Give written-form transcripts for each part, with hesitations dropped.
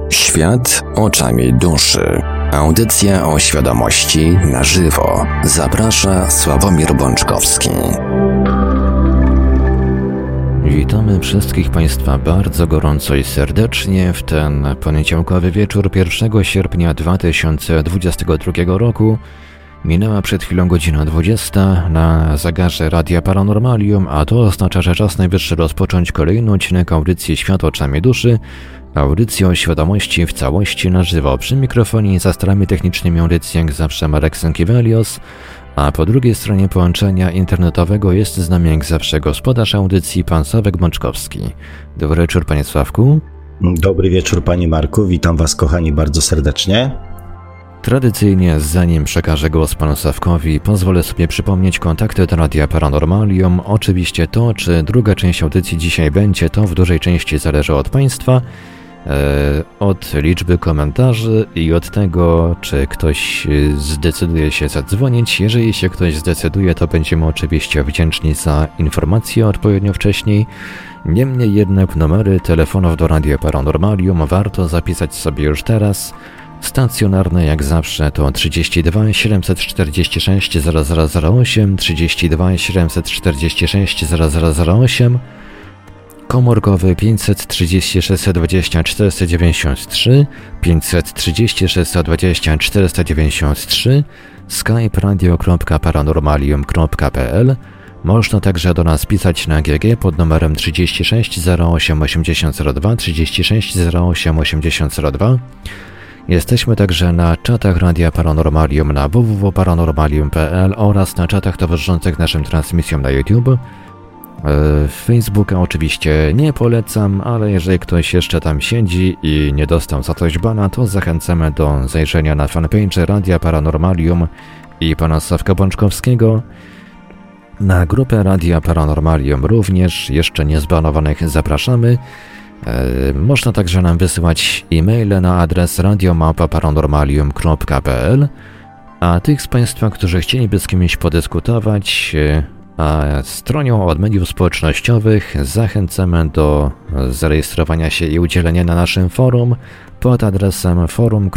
Świat oczami duszy. Audycja o świadomości na żywo. Zaprasza Sławomir Bączkowski. Witamy wszystkich Państwa bardzo gorąco i serdecznie w ten poniedziałkowy wieczór 1 sierpnia 2022 roku. Minęła przed chwilą godzina 20 na zegarze Radia Paranormalium, a to oznacza, że czas najwyższy rozpocząć kolejny odcinek audycji Świat oczami duszy, audycji o świadomości w całości na żywo. Przy mikrofonie i za starami technicznymi audycji jak zawsze Marek Sękiewelios, a po drugiej stronie połączenia internetowego jest z nami jak zawsze gospodarz audycji pan Sławek Bączkowski. Dobry wieczór panie Sławku. Dobry wieczór panie Marku, witam was kochani bardzo serdecznie. Tradycyjnie, zanim przekażę głos panu Sławkowi, pozwolę sobie przypomnieć kontakty do Radia Paranormalium. Oczywiście to, czy druga część audycji dzisiaj będzie, to w dużej części zależy od państwa, od liczby komentarzy i od tego, czy ktoś zdecyduje się zadzwonić. Jeżeli się ktoś zdecyduje, to będziemy oczywiście wdzięczni za informacje odpowiednio wcześniej. Niemniej jednak numery telefonów do Radia Paranormalium warto zapisać sobie już teraz. Stacjonarne jak zawsze to 32 746 0008, 32 746 0008, komórkowy 536 20 493, 536 20 493, skype radio.paranormalium.pl. Można także do nas pisać na GG pod numerem 36 08 8002, 36 08 8002. Jesteśmy także na czatach Radia Paranormalium na www.paranormalium.pl oraz na czatach towarzyszących naszym transmisjom na YouTube. Facebooka oczywiście nie polecam, ale jeżeli ktoś jeszcze tam siedzi i nie dostał za coś bana, to zachęcamy do zajrzenia na fanpage Radia Paranormalium i pana Sławka Bączkowskiego. Na grupę Radia Paranormalium również jeszcze niezbanowanych zapraszamy. Można także nam wysyłać e-maile na adres radiomałpa-paranormalium.pl, a tych z Państwa, którzy chcieliby z kimś podyskutować, a stroną od mediów społecznościowych zachęcamy do zarejestrowania się i udzielenia na naszym forum pod adresem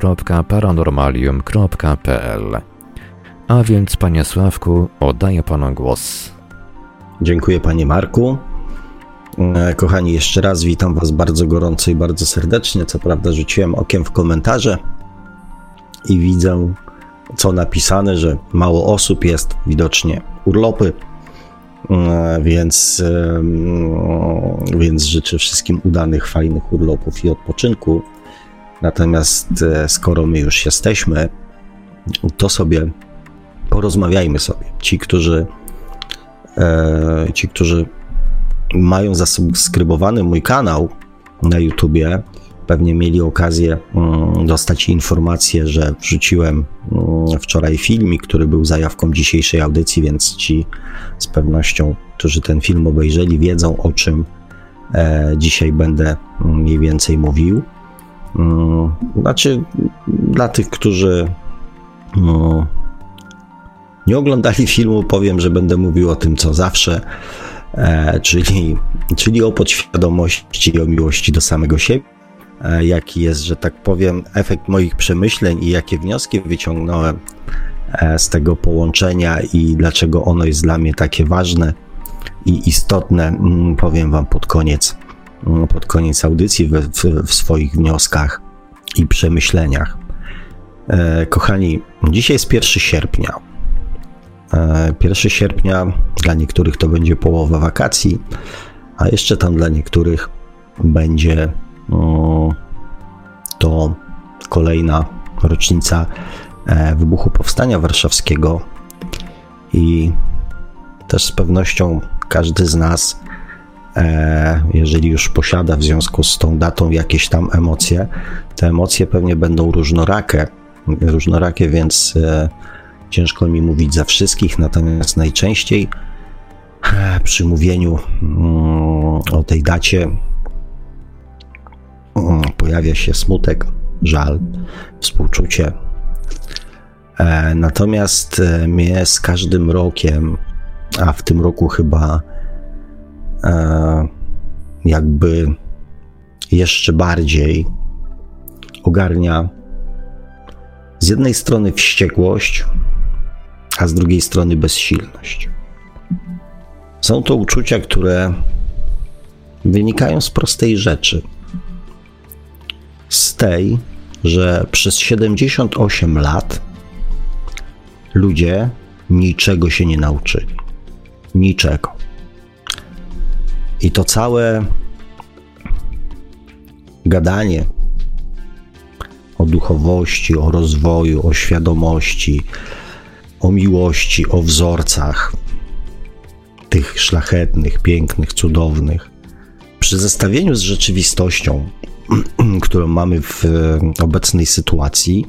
forum.paranormalium.pl. A więc panie Sławku, oddaję panu głos. Dziękuję panie Marku. Kochani, jeszcze raz witam was bardzo gorąco i bardzo serdecznie. Co prawda rzuciłem okiem w komentarze i widzę, co napisane, że mało osób jest, widocznie urlopy, więc życzę wszystkim udanych, fajnych urlopów i odpoczynku. Natomiast skoro my już jesteśmy, to sobie porozmawiajmy sobie. Ci, którzy mają zasubskrybowany mój kanał na YouTubie, pewnie mieli okazję dostać informację, że wrzuciłem wczoraj filmik, który był zajawką dzisiejszej audycji, więc ci z pewnością, którzy ten film obejrzeli, wiedzą, o czym dzisiaj będę mniej więcej mówił. Znaczy, dla tych, którzy nie oglądali filmu, powiem, że będę mówił o tym, co zawsze, czyli o podświadomości i o miłości do samego siebie. Jaki jest, że tak powiem, efekt moich przemyśleń i jakie wnioski wyciągnąłem z tego połączenia i dlaczego ono jest dla mnie takie ważne i istotne, powiem wam pod koniec audycji w swoich wnioskach i przemyśleniach. Kochani, dzisiaj jest 1 sierpnia. 1 sierpnia dla niektórych to będzie połowa wakacji, a jeszcze tam dla niektórych będzie to kolejna rocznica wybuchu Powstania Warszawskiego i też z pewnością każdy z nas, jeżeli już posiada w związku z tą datą jakieś tam emocje, te emocje pewnie będą różnorakie, więc ciężko mi mówić za wszystkich, natomiast najczęściej przy mówieniu o tej dacie pojawia się smutek, żal, współczucie. Natomiast mnie z każdym rokiem, a w tym roku chyba jakby jeszcze bardziej ogarnia z jednej strony wściekłość, a z drugiej strony bezsilność. Są to uczucia, które wynikają z prostej rzeczy. Z tej, że przez 78 lat ludzie niczego się nie nauczyli. Niczego. I to całe gadanie o duchowości, o rozwoju, o świadomości, o miłości, o wzorcach tych szlachetnych, pięknych, cudownych, przy zestawieniu z rzeczywistością, którą mamy w obecnej sytuacji,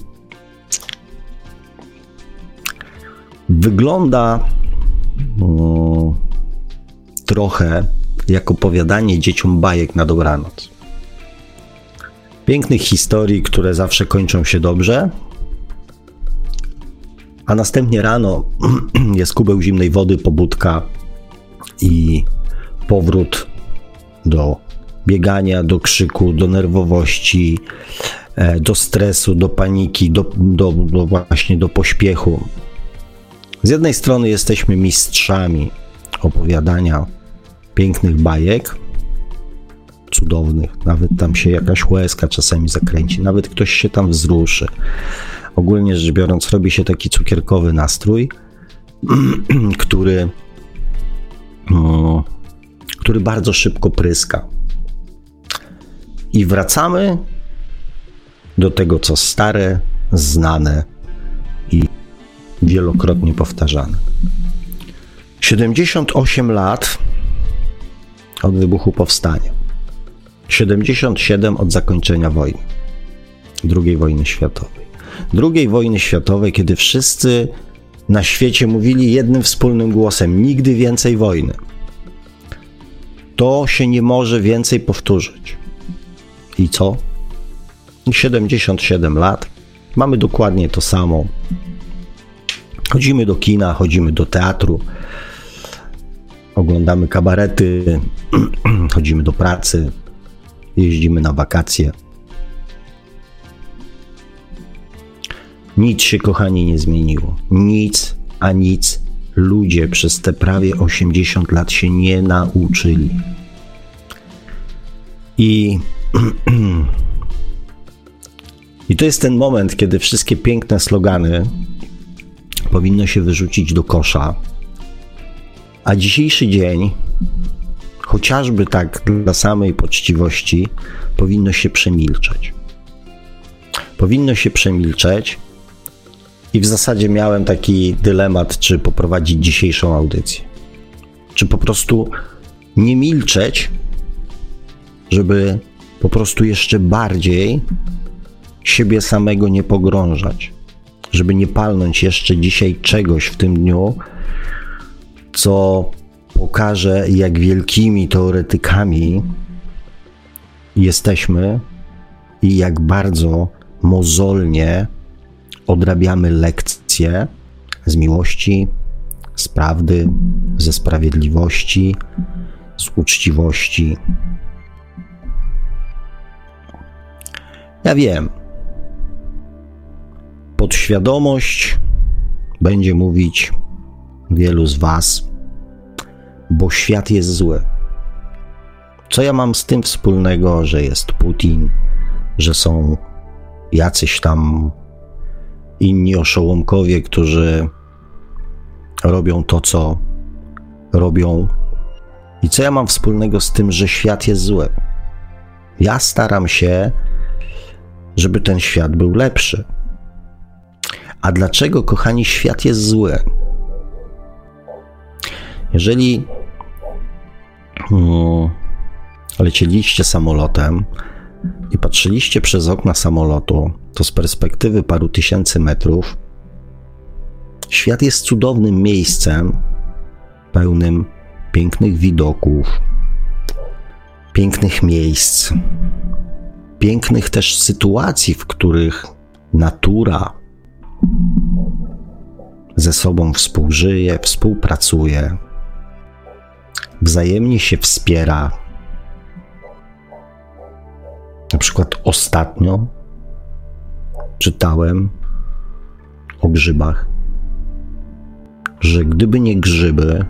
wygląda trochę jak opowiadanie dzieciom bajek na dobranoc. Pięknych historii, które zawsze kończą się dobrze, a następnie rano jest kubeł zimnej wody, pobudka i powrót do biegania, do krzyku, do nerwowości, do stresu, do paniki, właśnie do pośpiechu. Z jednej strony jesteśmy mistrzami opowiadania pięknych bajek, cudownych, nawet tam się jakaś łezka czasami zakręci, nawet ktoś się tam wzruszy. Ogólnie rzecz biorąc, robi się taki cukierkowy nastrój, który bardzo szybko pryska. I wracamy do tego, co stare, znane i wielokrotnie powtarzane. 78 lat od wybuchu powstania. 77 od zakończenia wojny. II wojny światowej. II wojny światowej, kiedy wszyscy na świecie mówili jednym wspólnym głosem: nigdy więcej wojny. To się nie może więcej powtórzyć. I co? 77 lat. Mamy dokładnie to samo. Chodzimy do kina, chodzimy do teatru, oglądamy kabarety, chodzimy do pracy, jeździmy na wakacje. Nic się, kochani, nie zmieniło. Nic, a nic. Ludzie przez te prawie 80 lat się nie nauczyli. I to jest ten moment, kiedy wszystkie piękne slogany powinno się wyrzucić do kosza, a dzisiejszy dzień, chociażby tak dla samej poczciwości, powinno się przemilczeć. Powinno się przemilczeć i w zasadzie miałem taki dylemat, czy poprowadzić dzisiejszą audycję. Czy po prostu nie milczeć, żeby po prostu jeszcze bardziej siebie samego nie pogrążać, żeby nie palnąć jeszcze dzisiaj czegoś w tym dniu, co pokaże, jak wielkimi teoretykami jesteśmy i jak bardzo mozolnie odrabiamy lekcje z miłości, z prawdy, ze sprawiedliwości, z uczciwości. Ja wiem, podświadomość będzie mówić wielu z was, bo świat jest zły. Co ja mam z tym wspólnego, że jest Putin, że są jacyś tam inni oszołomkowie, którzy robią to, co robią? I co ja mam wspólnego z tym, że świat jest zły? Ja staram się, żeby ten świat był lepszy. A dlaczego, kochani, świat jest zły? Jeżeli lecieliście samolotem i patrzyliście przez okna samolotu, to z perspektywy paru tysięcy metrów świat jest cudownym miejscem, pełnym pięknych widoków, pięknych miejsc, pięknych też sytuacji, w których natura ze sobą współżyje, współpracuje, wzajemnie się wspiera. Na przykład ostatnio czytałem o grzybach, że gdyby nie grzyby,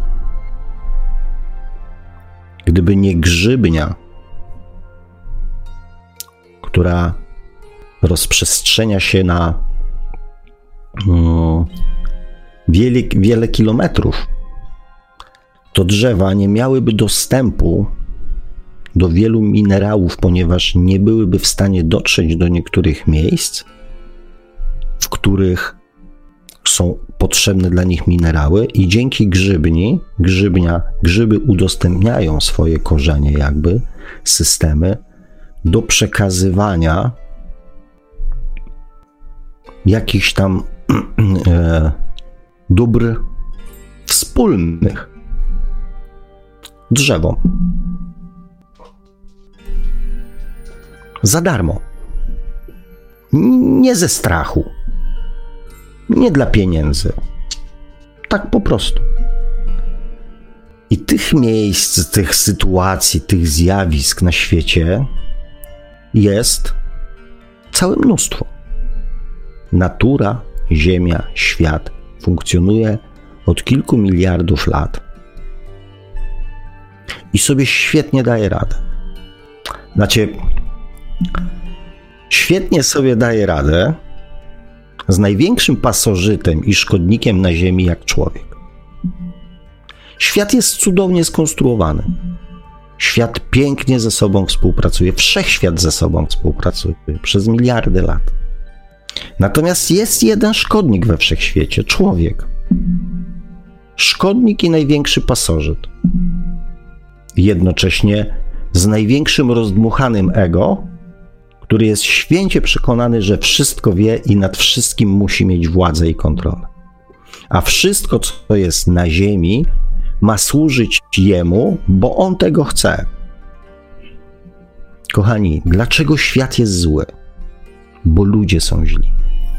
gdyby nie grzybnia, która rozprzestrzenia się na wiele kilometrów, to drzewa nie miałyby dostępu do wielu minerałów, ponieważ nie byłyby w stanie dotrzeć do niektórych miejsc, w których są potrzebne dla nich minerały, i dzięki grzyby udostępniają swoje korzenie, jakby systemy do przekazywania jakichś tam dóbr wspólnych drzewom. Za darmo. Nie ze strachu. Nie dla pieniędzy. Tak po prostu. I tych miejsc, tych sytuacji, tych zjawisk na świecie jest całe mnóstwo. Natura, Ziemia, świat funkcjonuje od kilku miliardów lat i sobie świetnie daje radę. Znaczy, świetnie sobie daje radę z największym pasożytem i szkodnikiem na Ziemi jak człowiek. Świat jest cudownie skonstruowany. Świat pięknie ze sobą współpracuje. Wszechświat ze sobą współpracuje przez miliardy lat. Natomiast jest jeden szkodnik we wszechświecie, człowiek. Szkodnik i największy pasożyt. Jednocześnie z największym rozdmuchanym ego, który jest święcie przekonany, że wszystko wie i nad wszystkim musi mieć władzę i kontrolę. A wszystko, co jest na ziemi, ma służyć jemu, bo on tego chce. Kochani, dlaczego świat jest zły? Bo ludzie są źli.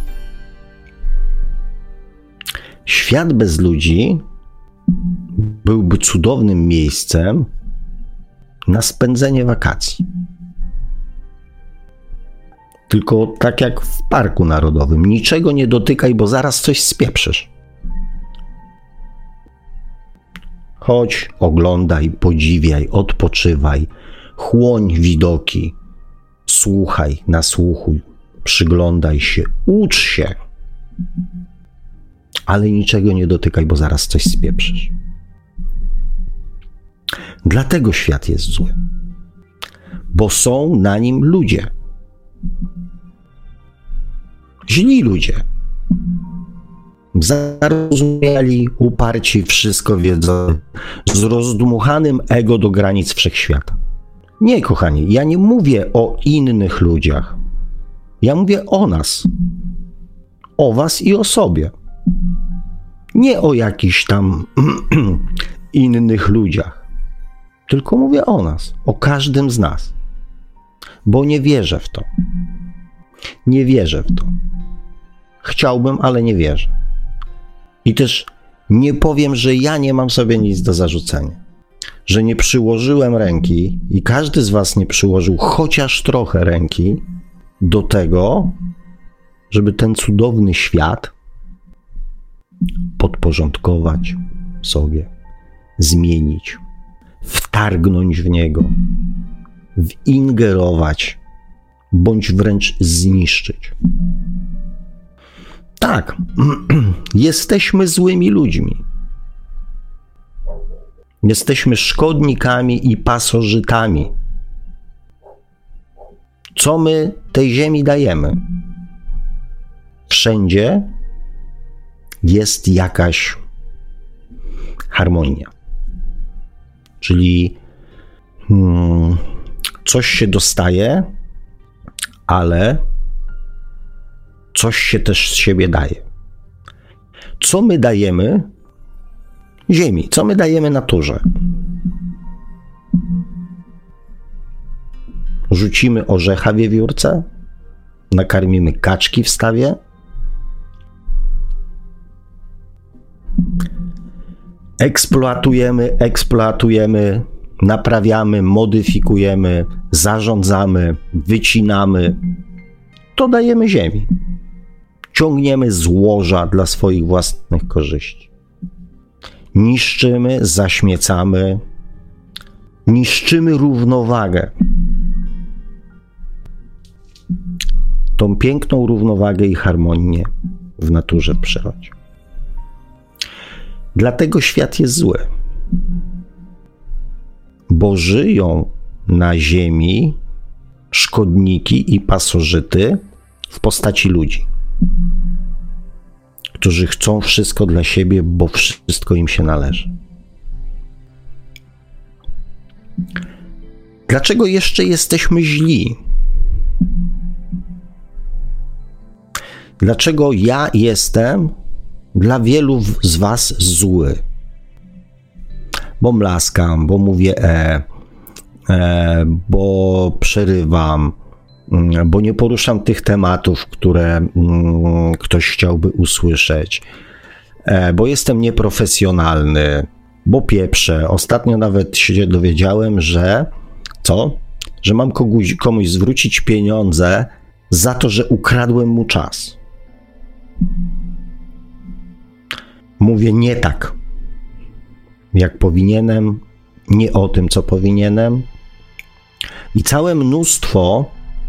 Świat bez ludzi byłby cudownym miejscem na spędzenie wakacji. Tylko tak jak w parku narodowym, niczego nie dotykaj, bo zaraz coś spieprzysz. Chodź, oglądaj, podziwiaj, odpoczywaj, chłoń widoki, słuchaj, nasłuchuj, przyglądaj się, ucz się. Ale niczego nie dotykaj, bo zaraz coś spieprzysz. Dlatego świat jest zły. Bo są na nim ludzie. Źli ludzie. Zarozumiali, uparci, wszystko wiedzą, z rozdmuchanym ego do granic wszechświata. Nie, kochani, ja nie mówię o innych ludziach. Ja mówię o nas. O was i o sobie. Nie o jakichś tam innych ludziach. Tylko mówię o nas, o każdym z nas. Bo nie wierzę w to. Nie wierzę w to. Chciałbym, ale nie wierzę. I też nie powiem, że ja nie mam sobie nic do zarzucenia. Że nie przyłożyłem ręki i każdy z was nie przyłożył chociaż trochę ręki do tego, żeby ten cudowny świat podporządkować sobie, zmienić, wtargnąć w niego, wingerować, bądź wręcz zniszczyć. Tak, jesteśmy złymi ludźmi. Jesteśmy szkodnikami i pasożytami. Co my tej ziemi dajemy? Wszędzie jest jakaś harmonia. Czyli coś się dostaje, ale coś się też z siebie daje. Co my dajemy ziemi? Co my dajemy naturze? Rzucimy orzecha wiewiórce? Nakarmimy kaczki w stawie? Eksploatujemy, naprawiamy, modyfikujemy, zarządzamy, wycinamy. To dajemy ziemi. ciągniemy złoża dla swoich własnych korzyści. Niszczymy, zaśmiecamy, niszczymy równowagę. Tą piękną równowagę i harmonię w naturze, w przyrodzie. Dlatego świat jest zły. Bo żyją na ziemi szkodniki i pasożyty w postaci ludzi, którzy chcą wszystko dla siebie, bo wszystko im się należy. Dlaczego jeszcze jesteśmy źli? Dlaczego ja jestem dla wielu z was zły? Bo mlaskam, bo mówię bo przerywam, bo nie poruszam tych tematów, które ktoś chciałby usłyszeć, bo jestem nieprofesjonalny, bo pieprzę. Ostatnio nawet się dowiedziałem, że mam komuś zwrócić pieniądze za to, że ukradłem mu czas. Mówię nie tak, jak powinienem, nie o tym, co powinienem i całe mnóstwo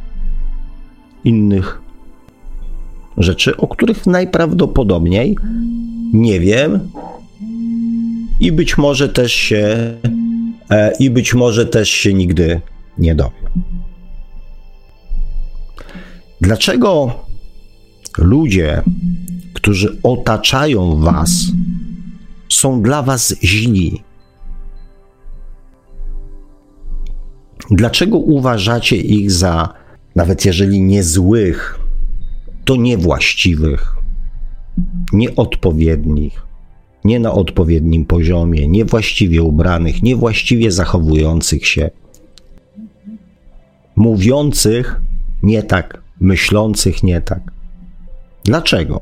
innych rzeczy, o których najprawdopodobniej nie wiem i być może też się nigdy nie dowiem. Dlaczego ludzie, którzy otaczają was, są dla was źli? Dlaczego uważacie ich za, nawet jeżeli nie złych, to niewłaściwych, nieodpowiednich, nie na odpowiednim poziomie, niewłaściwie ubranych, niewłaściwie zachowujących się, mówiących nie tak, myślących nie tak? Dlaczego?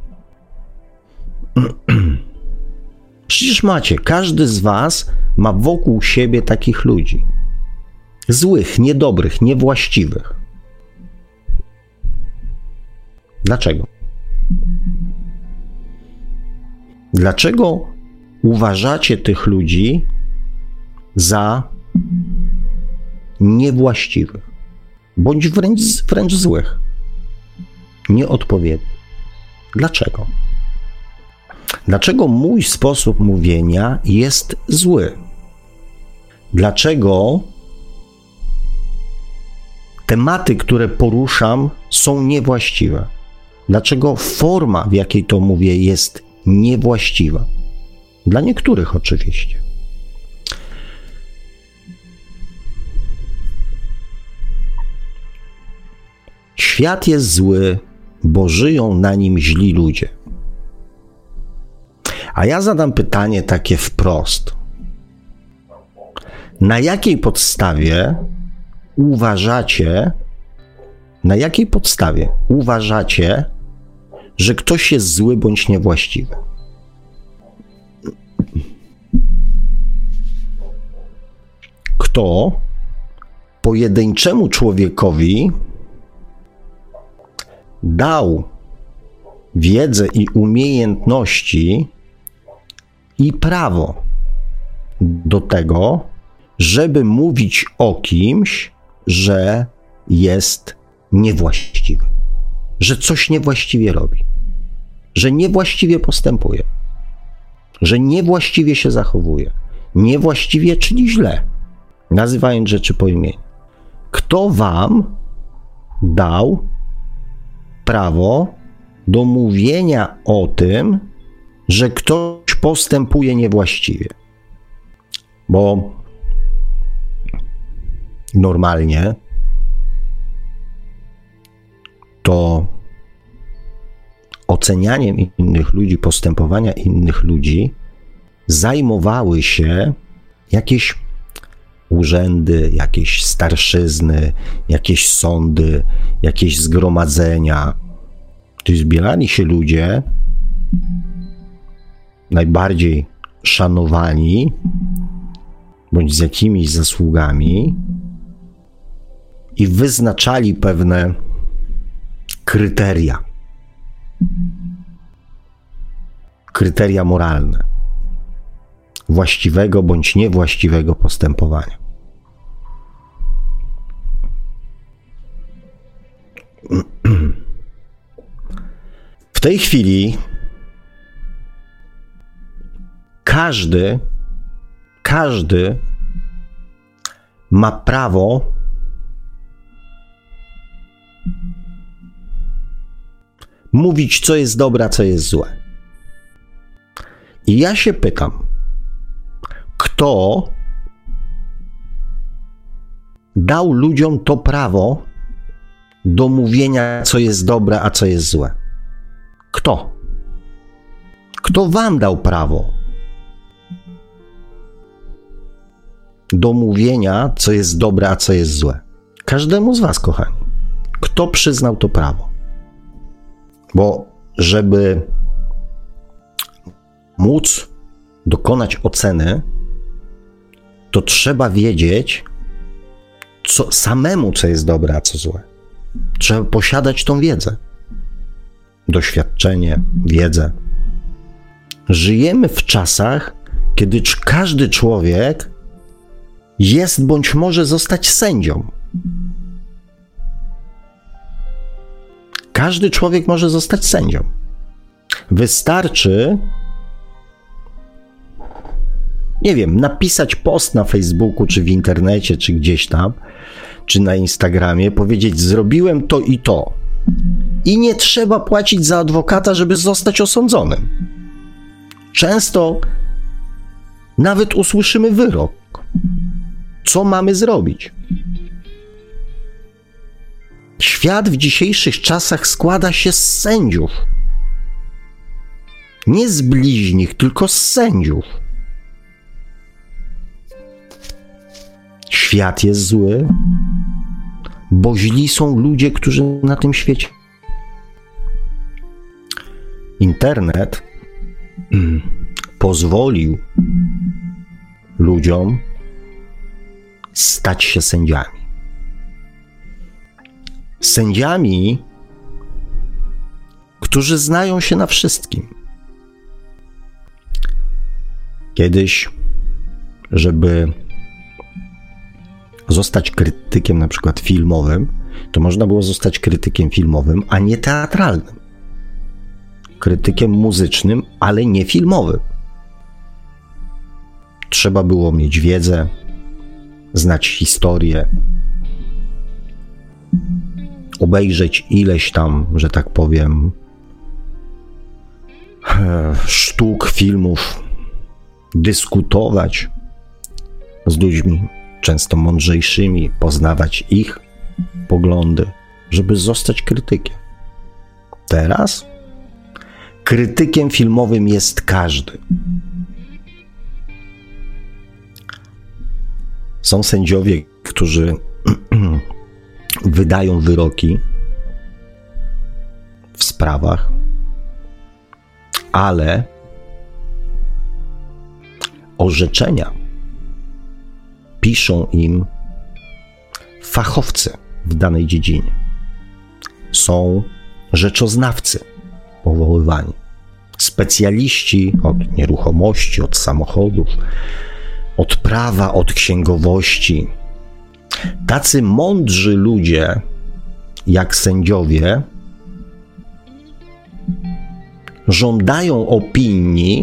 Przecież każdy z was ma wokół siebie takich ludzi. Złych, niedobrych, niewłaściwych. Dlaczego? Dlaczego uważacie tych ludzi za niewłaściwych, bądź wręcz złych, nieodpowiednich? Dlaczego? Dlaczego mój sposób mówienia jest zły? Dlaczego tematy, które poruszam, są niewłaściwe? Dlaczego forma, w jakiej to mówię, jest niewłaściwa? Dla niektórych oczywiście. Świat jest zły, bo żyją na nim źli ludzie. A ja zadam pytanie takie wprost. Na jakiej podstawie uważacie, że ktoś jest zły bądź niewłaściwy? Kto pojedynczemu człowiekowi dał wiedzę i umiejętności i prawo do tego, żeby mówić o kimś, że jest niewłaściwy, że coś niewłaściwie robi, że niewłaściwie postępuje, że niewłaściwie się zachowuje, niewłaściwie, czyli źle, nazywając rzeczy po imieniu. Kto wam dał prawo do mówienia o tym, że ktoś postępuje niewłaściwie? Bo normalnie to ocenianiem innych ludzi, postępowania innych ludzi zajmowały się jakieś urzędy, jakieś starszyzny, jakieś sądy, jakieś zgromadzenia. Tu zbierali się ludzie najbardziej szanowani, bądź z jakimiś zasługami i wyznaczali pewne kryteria. kryteria moralne właściwego bądź niewłaściwego postępowania. W tej chwili każdy ma prawo mówić, co jest dobre, a co jest złe. I ja się pytam, kto dał ludziom to prawo do mówienia, co jest dobre, a co jest złe? Kto? Kto wam dał prawo do mówienia, co jest dobre, a co jest złe? Każdemu z was, kochani. Kto przyznał to prawo? Bo żeby móc dokonać oceny, to trzeba wiedzieć samemu, co jest dobre, a co złe. Trzeba posiadać tą wiedzę. Doświadczenie, wiedzę. Żyjemy w czasach, kiedy każdy człowiek jest bądź może zostać sędzią. Każdy człowiek może zostać sędzią. Wystarczy, nie wiem, napisać post na Facebooku, czy w internecie, czy gdzieś tam, czy na Instagramie, powiedzieć: zrobiłem to i to. I nie trzeba płacić za adwokata, żeby zostać osądzonym. Często nawet usłyszymy wyrok. Co mamy zrobić? Świat w dzisiejszych czasach składa się z sędziów. Nie z bliźnich, tylko z sędziów. Świat jest zły, bo źli są ludzie, którzy na tym świecie. Internet pozwolił ludziom stać się sędziami. Sędziami, którzy znają się na wszystkim. Kiedyś, żeby zostać krytykiem na przykład filmowym, to można było zostać krytykiem filmowym, a nie teatralnym. Krytykiem muzycznym, ale nie filmowym. Trzeba było mieć wiedzę, znać historię, obejrzeć ileś tam, że tak powiem, sztuk, filmów, dyskutować z ludźmi, często mądrzejszymi, poznawać ich poglądy, żeby zostać krytykiem. Teraz krytykiem filmowym jest każdy. Są sędziowie, którzy wydają wyroki w sprawach, ale orzeczenia piszą im fachowcy w danej dziedzinie. Są rzeczoznawcy powoływani, specjaliści od nieruchomości, od samochodów, od prawa, od księgowości. Tacy mądrzy ludzie, jak sędziowie, żądają opinii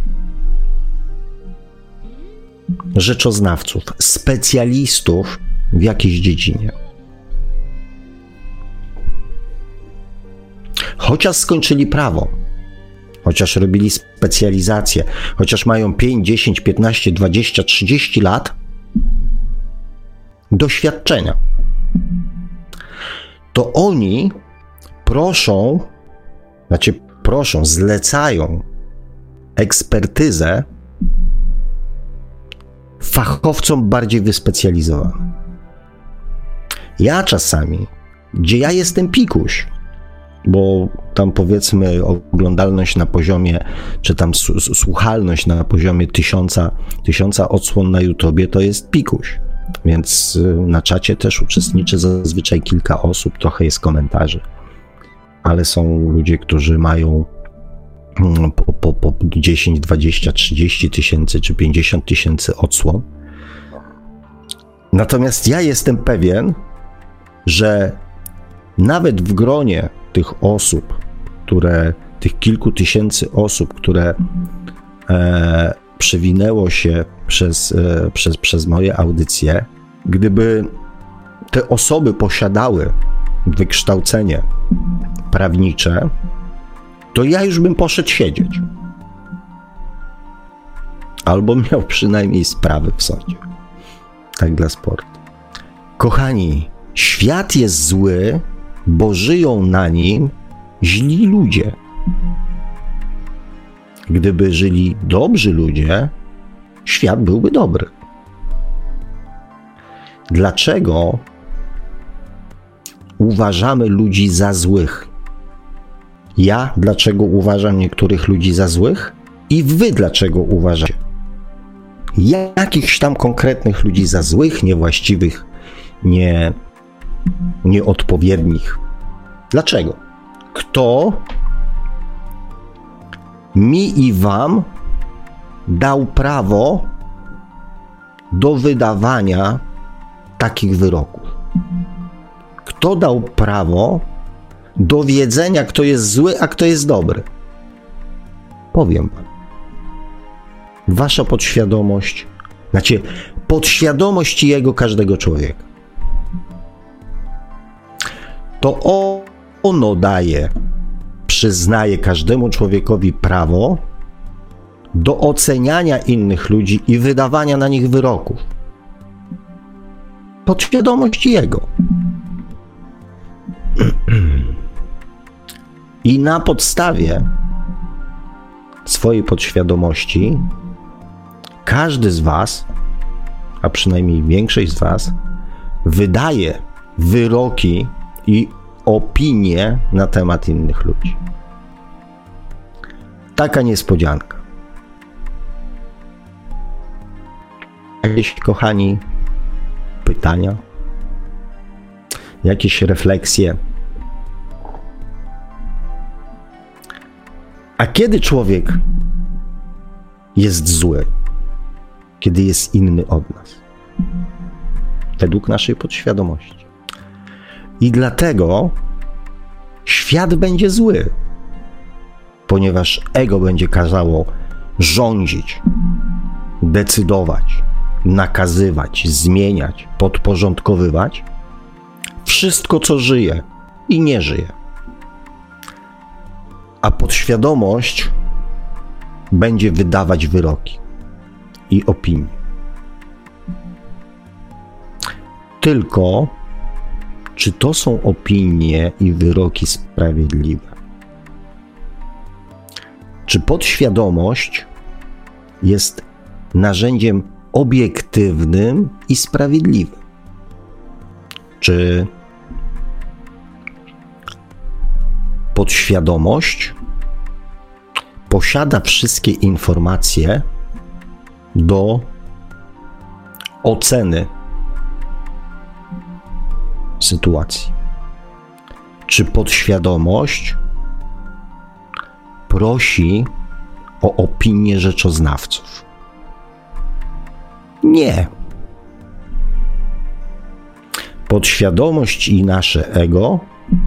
rzeczoznawców, specjalistów w jakiejś dziedzinie. Chociaż skończyli prawo, chociaż robili specjalizację, chociaż mają 5, 10, 15, 20, 30 lat doświadczenia, to oni zlecają ekspertyzę fachowcom bardziej wyspecjalizowanym. Ja czasami, gdzie ja jestem pikuś, bo tam powiedzmy oglądalność na poziomie, czy tam słuchalność na poziomie 1000 odsłon na YouTubie to jest pikuś. Więc na czacie też uczestniczy zazwyczaj kilka osób, trochę jest komentarzy. ale są ludzie, którzy mają po 10, 20, 30 tysięcy czy 50 tysięcy odsłon. Natomiast ja jestem pewien, że nawet w gronie tych osób, tych kilku tysięcy osób, które przewinęło się przez moje audycje, gdyby te osoby posiadały wykształcenie prawnicze, to ja już bym poszedł siedzieć. Albo miał przynajmniej sprawy w sądzie. Tak dla sportu. Kochani, świat jest zły, bo żyją na nim źli ludzie. Gdyby żyli dobrzy ludzie, świat byłby dobry. Dlaczego uważamy ludzi za złych? Ja dlaczego uważam niektórych ludzi za złych? I wy dlaczego uważacie jakichś tam konkretnych ludzi za złych, niewłaściwych, nieodpowiednich? Dlaczego? Kto mi i wam dał prawo do wydawania takich wyroków? Kto dał prawo do wiedzenia, kto jest zły, a kto jest dobry? Powiem wam. Wasza podświadomość, podświadomość i ego każdego człowieka. To ono przyznaje każdemu człowiekowi prawo do oceniania innych ludzi i wydawania na nich wyroków. Podświadomość i ego. I na podstawie swojej podświadomości każdy z was, a przynajmniej większość z was, wydaje wyroki i opinie na temat innych ludzi. Taka niespodzianka. Jakieś, kochani, pytania? Jakieś refleksje? A kiedy człowiek jest zły? Kiedy jest inny od nas? Według naszej podświadomości. I dlatego świat będzie zły, ponieważ ego będzie kazało rządzić, decydować, nakazywać, zmieniać, podporządkowywać wszystko, co żyje i nie żyje. A podświadomość będzie wydawać wyroki i opinie. Tylko czy to są opinie i wyroki sprawiedliwe? Czy podświadomość jest narzędziem obiektywnym i sprawiedliwym? Czy podświadomość posiada wszystkie informacje do oceny sytuacji? Czy podświadomość prosi o opinię rzeczoznawców? Nie. Podświadomość i nasze ego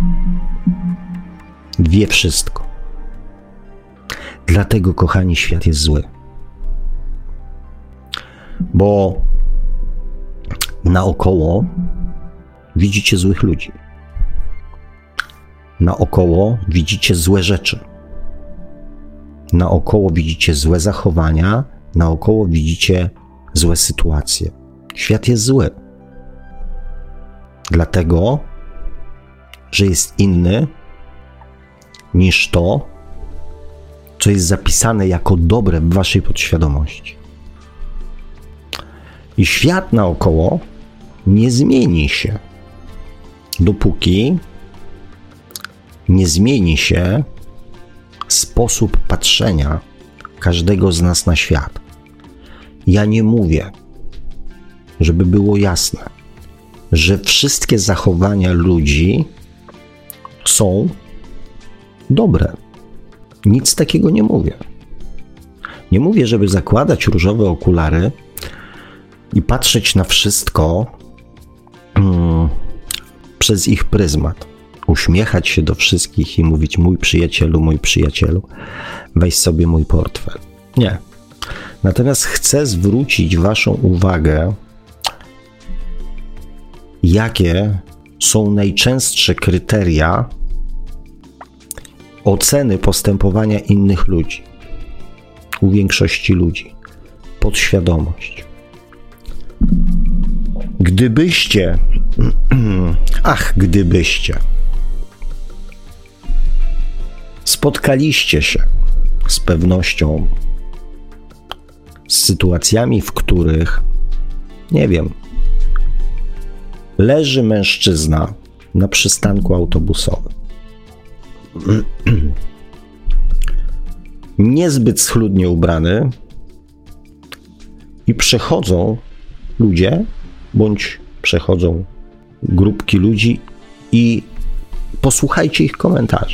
wie wszystko. Dlatego, kochani, świat jest zły. Bo naokoło widzicie złych ludzi. Naokoło widzicie złe rzeczy. Naokoło widzicie złe zachowania. Naokoło widzicie złe sytuacje. Świat jest zły. Dlatego, że jest inny niż to, co jest zapisane jako dobre w waszej podświadomości. I świat naokoło nie zmieni się, dopóki nie zmieni się sposób patrzenia każdego z nas na świat. Ja nie mówię, żeby było jasne, że wszystkie zachowania ludzi są dobre. Nic takiego nie mówię. Nie mówię, żeby zakładać różowe okulary i patrzeć na wszystko przez ich pryzmat. Uśmiechać się do wszystkich i mówić: mój przyjacielu, weź sobie mój portfel. Nie. Natomiast chcę zwrócić waszą uwagę, jakie są najczęstsze kryteria oceny postępowania innych ludzi. U większości ludzi. Podświadomość. Gdybyście spotkaliście się z pewnością z sytuacjami, w których, nie wiem, leży mężczyzna na przystanku autobusowym, niezbyt schludnie ubrany, i przechodzą ludzie, bądź przechodzą grupki ludzi, i posłuchajcie ich komentarzy.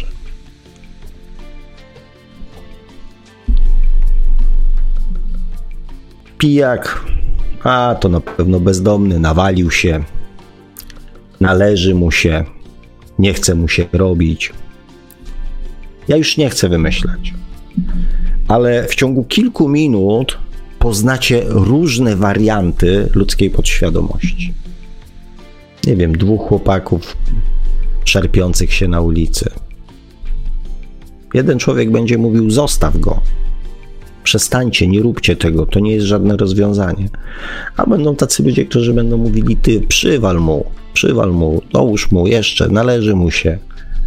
Pijak, a to na pewno bezdomny, nawalił się, należy mu się, nie chce mu się robić. Ja już nie chcę wymyślać, ale w ciągu kilku minut poznacie różne warianty ludzkiej podświadomości. Nie wiem, 2 chłopaków szarpiących się na ulicy. Jeden człowiek będzie mówił: zostaw go, przestańcie, nie róbcie tego, to nie jest żadne rozwiązanie. A będą tacy ludzie, którzy będą mówili: ty, przywal mu, dołóż mu jeszcze, należy mu się.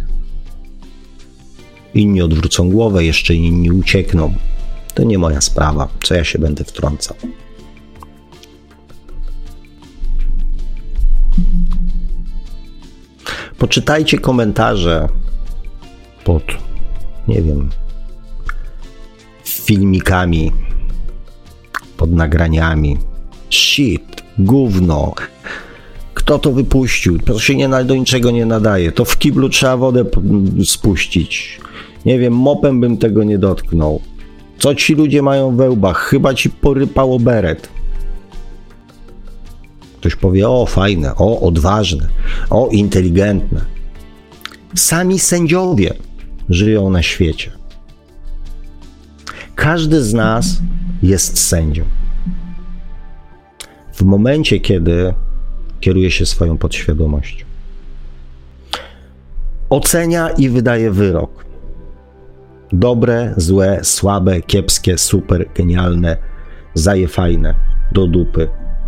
Inni odwrócą głowę, jeszcze inni uciekną. To nie moja sprawa, co ja się będę wtrącał. Poczytajcie komentarze pod, nie wiem, filmikami, pod nagraniami. Shit, gówno, kto to wypuścił? To się do niczego nie nadaje. To w kiblu trzeba wodę spuścić. Nie wiem, mopem bym tego nie dotknął. Co ci ludzie mają we łbach? Chyba ci porypało beret. Ktoś powie: o, fajne, o, odważne, o, inteligentne. Sami sędziowie żyją na świecie. Każdy z nas jest sędzią. W momencie, kiedy kieruje się swoją podświadomością, ocenia i wydaje wyrok. Dobre, złe, słabe, kiepskie, super, genialne, zajefajne, do dupy.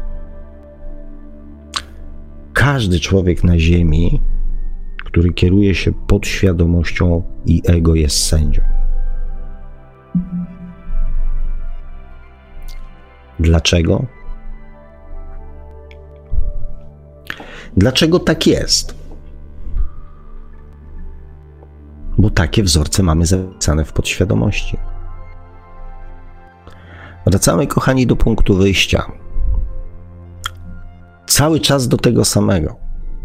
Każdy człowiek na ziemi, który kieruje się podświadomością i ego, jest sędzią. Dlaczego? Dlaczego tak jest? Bo takie wzorce mamy zapisane w podświadomości. Wracamy, kochani, do punktu wyjścia. Cały czas do tego samego.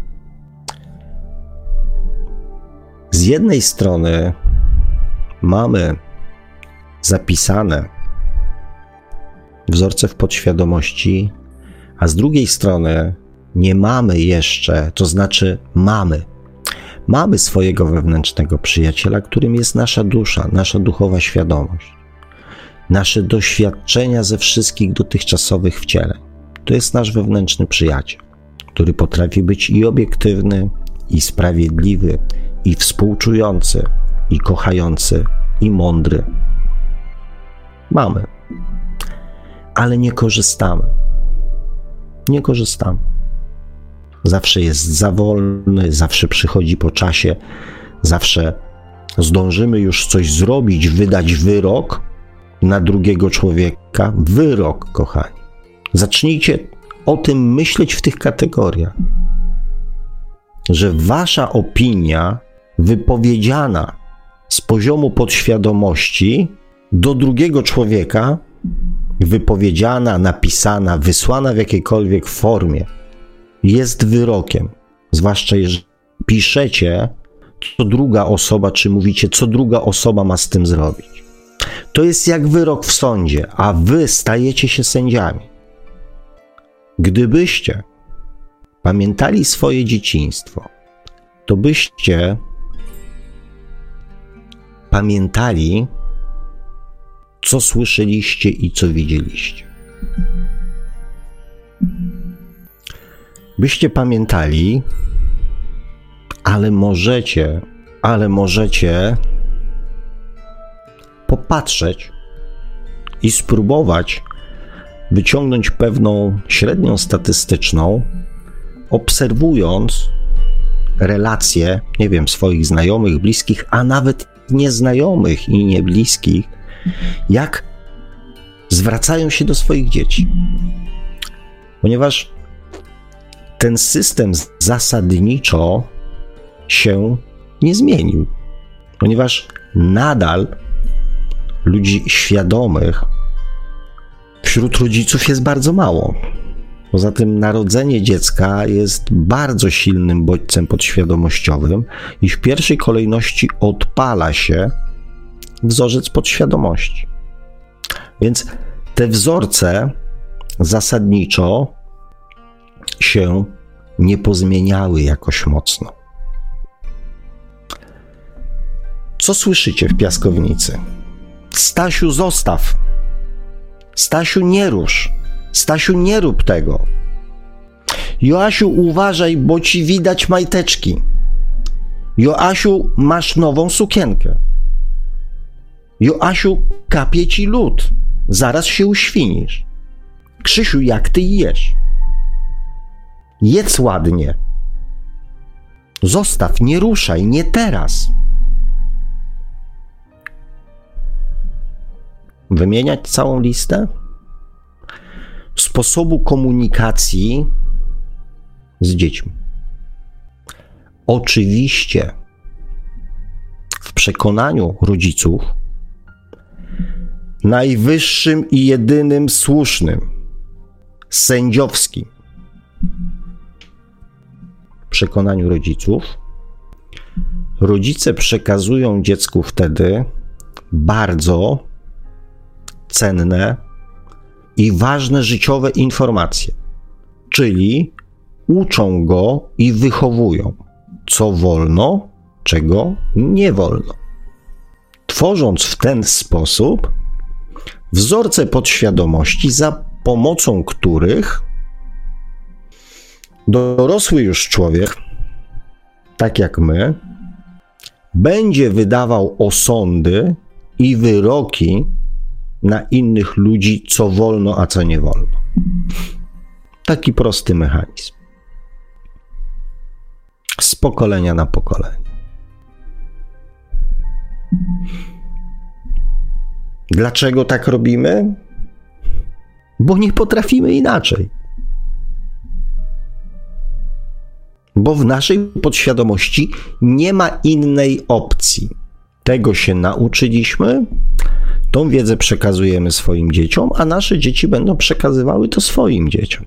Z jednej strony mamy zapisane wzorce w podświadomości, a z drugiej strony nie mamy jeszcze, to znaczy mamy swojego wewnętrznego przyjaciela, którym jest nasza dusza, nasza duchowa świadomość, nasze doświadczenia ze wszystkich dotychczasowych wcieleń. To jest nasz wewnętrzny przyjaciel, który potrafi być i obiektywny, i sprawiedliwy, i współczujący, i kochający, i mądry. Mamy, ale nie korzystamy. Nie korzystamy. Zawsze jest za wolny, zawsze przychodzi po czasie, zawsze zdążymy już coś zrobić, wydać wyrok na drugiego człowieka. Wyrok, kochani. Zacznijcie o tym myśleć w tych kategoriach, że wasza opinia wypowiedziana z poziomu podświadomości do drugiego człowieka, wypowiedziana, napisana, wysłana w jakiejkolwiek formie, jest wyrokiem. Zwłaszcza jeżeli piszecie co druga osoba, czy mówicie, co druga osoba ma z tym zrobić. To jest jak wyrok w sądzie, a wy stajecie się sędziami. Gdybyście pamiętali swoje dzieciństwo, to byście pamiętali, co słyszeliście i co widzieliście. Byście pamiętali, ale możecie popatrzeć i spróbować wyciągnąć pewną średnią statystyczną, obserwując relacje, nie wiem, swoich znajomych, bliskich, a nawet nieznajomych i niebliskich, jak zwracają się do swoich dzieci. Ponieważ ten system zasadniczo się nie zmienił. Ponieważ nadal ludzi świadomych wśród rodziców jest bardzo mało. Poza tym narodzenie dziecka jest bardzo silnym bodźcem podświadomościowym i w pierwszej kolejności odpala się wzorzec podświadomości. Więc te wzorce zasadniczo się nie pozmieniały jakoś mocno. Co słyszycie w piaskownicy? Stasiu, zostaw! Stasiu, nie rusz! Stasiu, nie rób tego! Joasiu, uważaj, bo ci widać majteczki! Joasiu, masz nową sukienkę! Joasiu, kapie ci lód! Zaraz się uświnisz! Krzysiu, jak ty jesz? Jedz ładnie! Zostaw, nie ruszaj, nie teraz! Wymieniać całą listę sposobu komunikacji z dziećmi. Oczywiście w przekonaniu rodziców najwyższym i jedynym słusznym, sędziowskim w przekonaniu rodziców rodzice przekazują dziecku wtedy bardzo cenne i ważne życiowe informacje, czyli uczą go i wychowują, co wolno, czego nie wolno. Tworząc w ten sposób wzorce podświadomości, za pomocą których dorosły już człowiek, tak jak my, będzie wydawał osądy i wyroki na innych ludzi, co wolno, a co nie wolno. Taki prosty mechanizm. Z pokolenia na pokolenie. Dlaczego tak robimy? Bo nie potrafimy inaczej. Bo w naszej podświadomości nie ma innej opcji. Tego się nauczyliśmy, tą wiedzę przekazujemy swoim dzieciom, a nasze dzieci będą przekazywały to swoim dzieciom.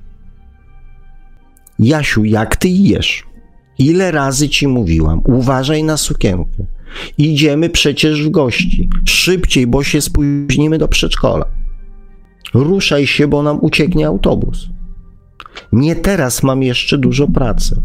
Jasiu, jak ty jesz? Ile razy ci mówiłam? Uważaj na sukienkę. Idziemy przecież w gości. Szybciej, bo się spóźnimy do przedszkola. Ruszaj się, bo nam ucieknie autobus. Nie teraz, mam jeszcze dużo pracy.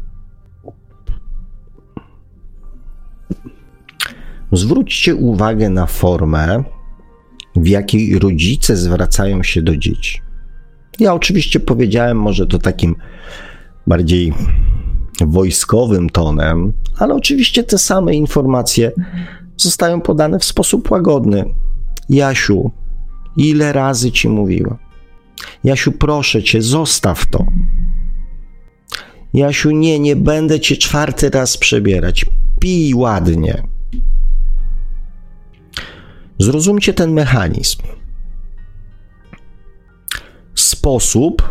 Zwróćcie uwagę na formę, w jakiej rodzice zwracają się do dzieci. Ja oczywiście powiedziałem może to takim bardziej wojskowym tonem, ale oczywiście te same informacje zostają podane w sposób łagodny. Jasiu, ile razy ci mówiłam? Jasiu, proszę cię, zostaw to. Jasiu, nie będę cię 4. raz przebierać. Pij ładnie. Zrozumcie ten mechanizm. Sposób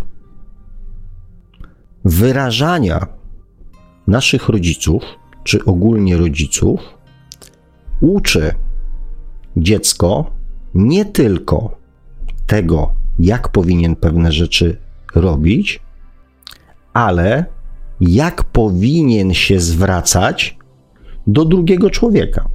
wyrażania naszych rodziców, czy ogólnie rodziców, uczy dziecko nie tylko tego, jak powinien pewne rzeczy robić, ale jak powinien się zwracać do drugiego człowieka.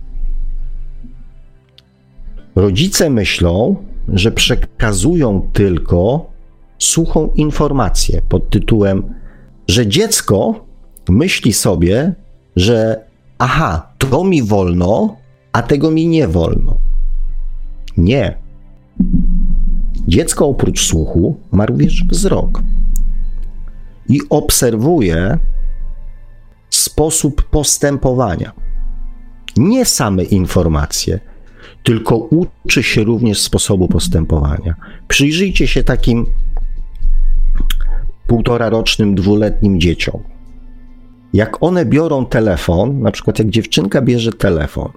Rodzice myślą, że przekazują tylko suchą informację pod tytułem, że dziecko myśli sobie, że aha, to mi wolno, a tego mi nie wolno. Nie. Dziecko oprócz słuchu ma również wzrok i obserwuje sposób postępowania. Nie same informacje, tylko uczy się również sposobu postępowania. Przyjrzyjcie się takim 1,5-rocznym, 2-letnim dzieciom. Jak one biorą telefon, na przykład jak dziewczynka bierze telefon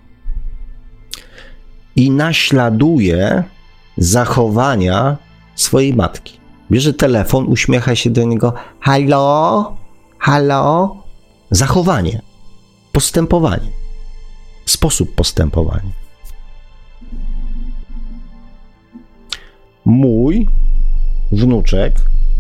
i naśladuje zachowania swojej matki. Bierze telefon, uśmiecha się do niego, halo, halo. Zachowanie, postępowanie, sposób postępowania. Mój wnuczek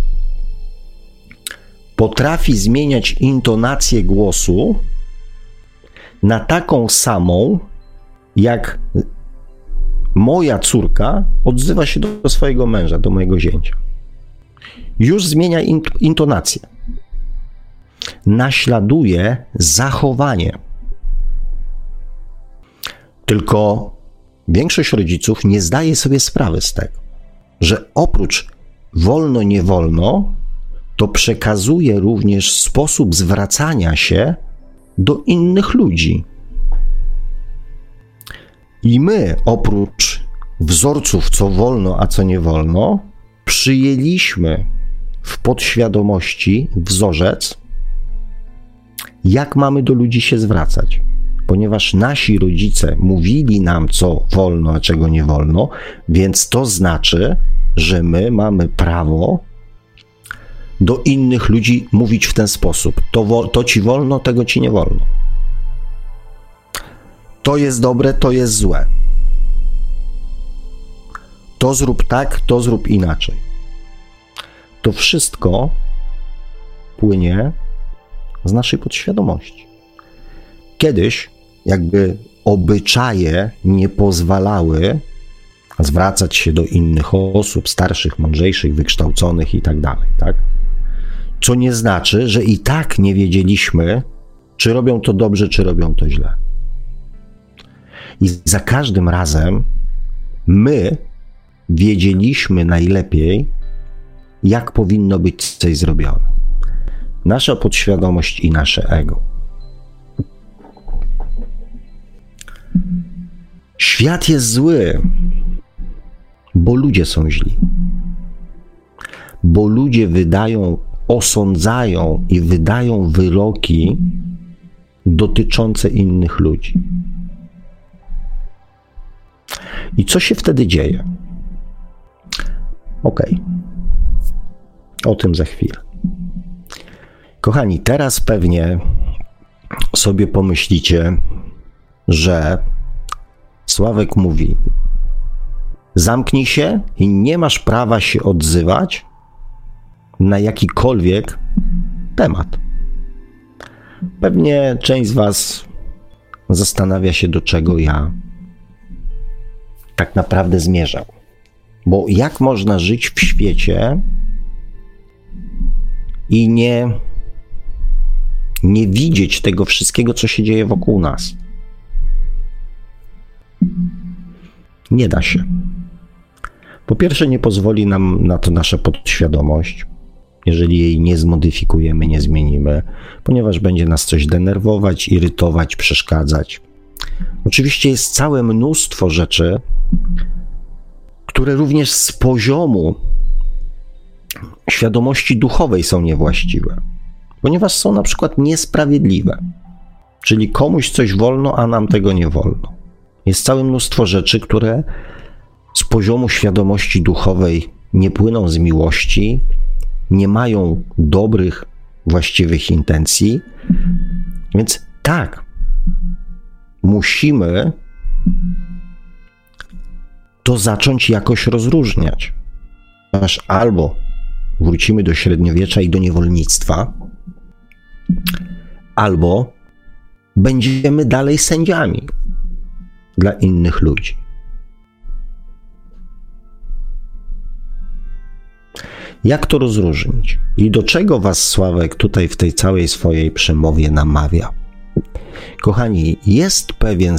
potrafi zmieniać intonację głosu na taką samą, jak moja córka odzywa się do swojego męża, do mojego zięcia. Już zmienia intonację. Naśladuje zachowanie. Tylko większość rodziców nie zdaje sobie sprawy z tego, że oprócz wolno, nie wolno, to przekazuje również sposób zwracania się do innych ludzi. I my, oprócz wzorców, co wolno, a co nie wolno, przyjęliśmy w podświadomości wzorzec, jak mamy do ludzi się zwracać. Ponieważ nasi rodzice mówili nam, co wolno, a czego nie wolno, więc to znaczy, że my mamy prawo do innych ludzi mówić w ten sposób. To ci wolno, tego ci nie wolno. To jest dobre, to jest złe. To zrób tak, to zrób inaczej. To wszystko płynie z naszej podświadomości. Kiedyś jakby obyczaje nie pozwalały zwracać się do innych osób, starszych, mądrzejszych, wykształconych i tak dalej, tak? Co nie znaczy, że i tak nie wiedzieliśmy, czy robią to dobrze, czy robią to źle. I za każdym razem my wiedzieliśmy najlepiej, jak powinno być coś zrobione. Nasza podświadomość i nasze ego. Świat jest zły, bo ludzie są źli. Bo ludzie osądzają i wydają wyroki dotyczące innych ludzi. I co się wtedy dzieje? Okej. O tym za chwilę. Kochani, teraz pewnie sobie pomyślicie, że Sławek mówi: zamknij się i nie masz prawa się odzywać na jakikolwiek temat. Pewnie część z was zastanawia się, do czego ja tak naprawdę zmierzam. Bo jak można żyć w świecie i nie widzieć tego wszystkiego, co się dzieje wokół nas? Nie da się. Po pierwsze, nie pozwoli nam na to nasza podświadomość, jeżeli jej nie zmodyfikujemy, nie zmienimy, ponieważ będzie nas coś denerwować, irytować, przeszkadzać. Oczywiście jest całe mnóstwo rzeczy, które również z poziomu świadomości duchowej są niewłaściwe, ponieważ są na przykład niesprawiedliwe. Czyli komuś coś wolno, a nam tego nie wolno. Jest całe mnóstwo rzeczy, które z poziomu świadomości duchowej nie płyną z miłości, nie mają dobrych, właściwych intencji. Więc tak, musimy to zacząć jakoś rozróżniać. Aż albo wrócimy do średniowiecza i do niewolnictwa, albo będziemy dalej sędziami dla innych ludzi. Jak to rozróżnić? I do czego was Sławek tutaj w tej całej swojej przemowie namawia? Kochani, jest pewien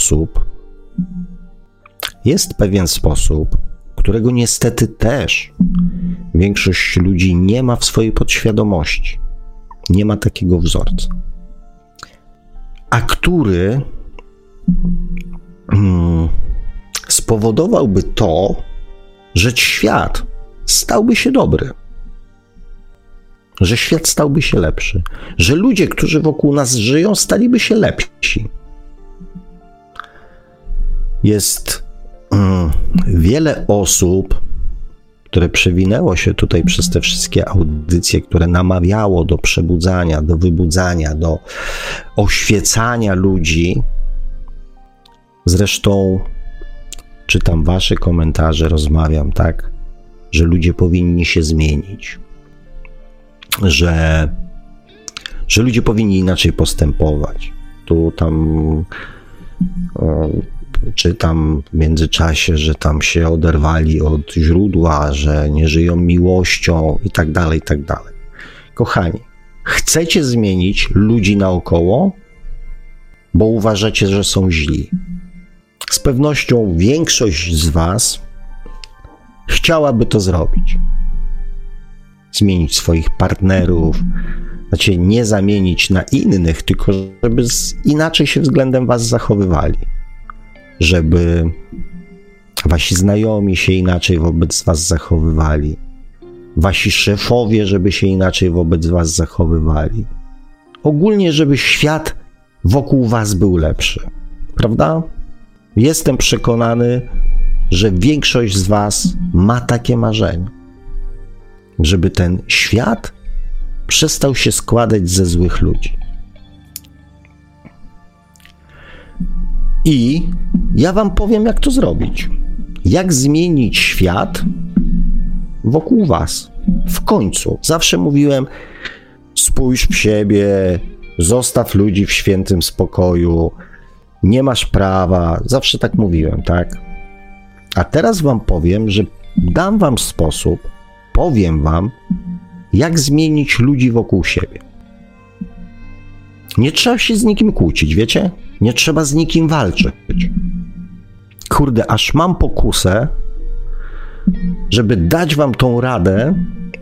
sposób, którego niestety też większość ludzi nie ma w swojej podświadomości. Nie ma takiego wzorca. A który spowodowałby to, że świat stałby się dobry, że świat stałby się lepszy, że ludzie, którzy wokół nas żyją, staliby się lepsi. Jest wiele osób, które przewinęło się tutaj przez te wszystkie audycje, które namawiało do przebudzania, do wybudzania, do oświecania ludzi. Zresztą czytam wasze komentarze, rozmawiam, tak, że ludzie powinni się zmienić, że ludzie powinni inaczej postępować. Tu tam czytam w międzyczasie, że tam się oderwali od źródła, że nie żyją miłością i tak dalej, i tak dalej. Kochani, chcecie zmienić ludzi naokoło, bo uważacie, że są źli. Z pewnością większość z was chciałaby to zrobić. Zmienić swoich partnerów, znaczy nie zamienić na innych, tylko żeby inaczej się względem was zachowywali. Żeby wasi znajomi się inaczej wobec was zachowywali. Wasi szefowie, żeby się inaczej wobec was zachowywali. Ogólnie, żeby świat wokół was był lepszy. Prawda? Jestem przekonany, że większość z was ma takie marzenie. Żeby ten świat przestał się składać ze złych ludzi. I ja wam powiem, jak to zrobić. Jak zmienić świat wokół was. W końcu. Zawsze mówiłem, spójrz w siebie, zostaw ludzi w świętym spokoju, nie masz prawa. Zawsze tak mówiłem, tak? A teraz wam powiem, że dam wam sposób, powiem wam, jak zmienić ludzi wokół siebie. Nie trzeba się z nikim kłócić, wiecie? Nie trzeba z nikim walczyć. Kurde, aż mam pokusę, żeby dać wam tą radę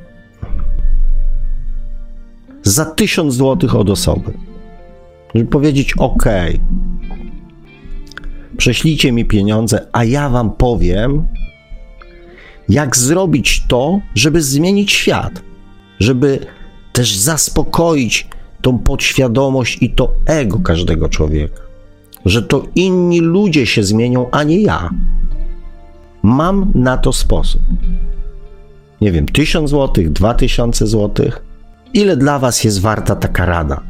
za 1000 złotych od osoby. Żeby powiedzieć, okej, prześlijcie mi pieniądze, a ja wam powiem, jak zrobić to, żeby zmienić świat. Żeby też zaspokoić tą podświadomość i to ego każdego człowieka. Że to inni ludzie się zmienią, a nie ja. Mam na to sposób. Nie wiem, 1000 złotych, 2000 złotych. Ile dla was jest warta taka rada?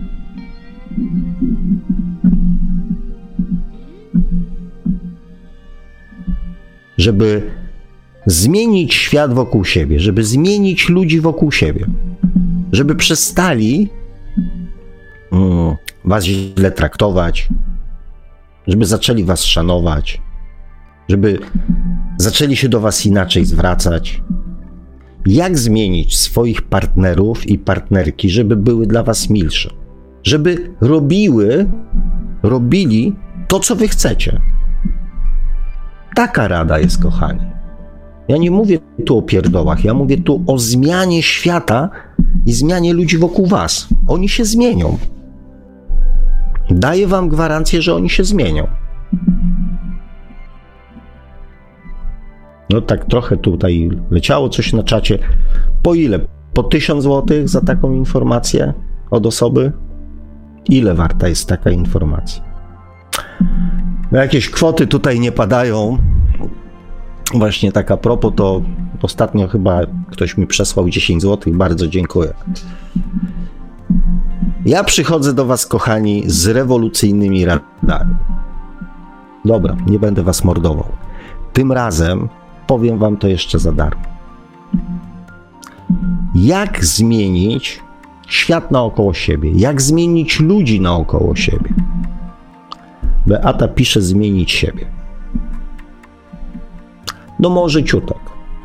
Żeby zmienić świat wokół siebie, żeby zmienić ludzi wokół siebie, żeby przestali was źle traktować, żeby zaczęli was szanować, żeby zaczęli się do was inaczej zwracać. Jak zmienić swoich partnerów i partnerki, żeby były dla was milsze, żeby robili to, co wy chcecie. Taka rada jest, kochani. Ja nie mówię tu o pierdołach, ja mówię tu o zmianie świata i zmianie ludzi wokół was. Oni się zmienią. Daję wam gwarancję, że oni się zmienią. No tak trochę tutaj leciało coś na czacie. Po ile? Po 1000 złotych za taką informację od osoby? Ile warta jest taka informacja? No jakieś kwoty tutaj nie padają. Właśnie tak a propos, to ostatnio chyba ktoś mi przesłał 10 zł. Bardzo dziękuję. Ja przychodzę do was, kochani, z rewolucyjnymi radami. Dobra, nie będę was mordował. Tym razem powiem wam to jeszcze za darmo. Jak zmienić świat naokoło siebie, jak zmienić ludzi naokoło siebie. Beata pisze zmienić siebie. No może ciutek.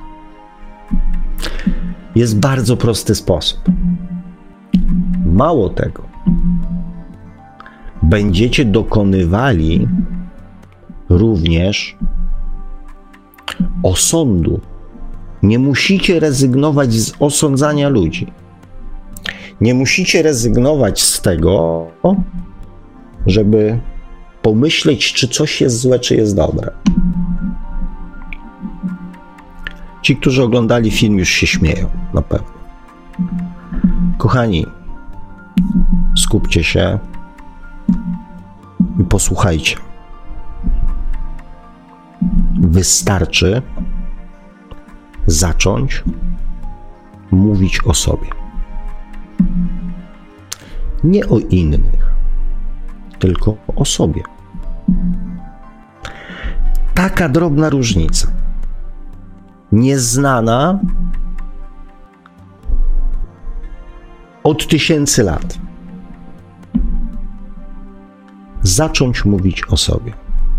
Jest bardzo prosty sposób. Mało tego, będziecie dokonywali również osądu. Nie musicie rezygnować z osądzania ludzi. Nie musicie rezygnować z tego, żeby pomyśleć, czy coś jest złe, czy jest dobre. Ci, którzy oglądali film, już się śmieją, na pewno. Kochani, skupcie się i posłuchajcie. Wystarczy zacząć mówić o sobie. Nie o innych, tylko o sobie. Taka drobna różnica. Nieznana od tysięcy lat. Zacząć mówić o sobie.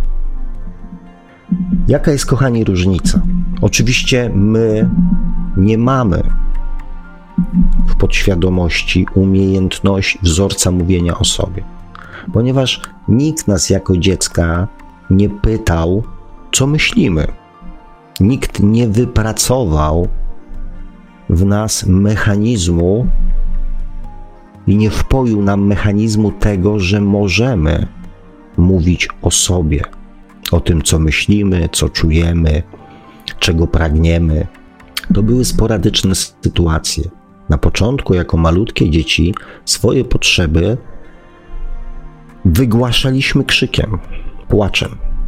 Jaka jest, kochani, różnica? Oczywiście my nie mamy w podświadomości umiejętności, wzorca mówienia o sobie, ponieważ nikt nas jako dziecka nie pytał, co myślimy. Nikt nie wypracował w nas mechanizmu i nie wpoił nam mechanizmu tego, że możemy mówić o sobie, o tym, co myślimy, co czujemy, czego pragniemy. To były sporadyczne sytuacje. Na początku, jako malutkie dzieci, swoje potrzeby wygłaszaliśmy krzykiem, płaczem.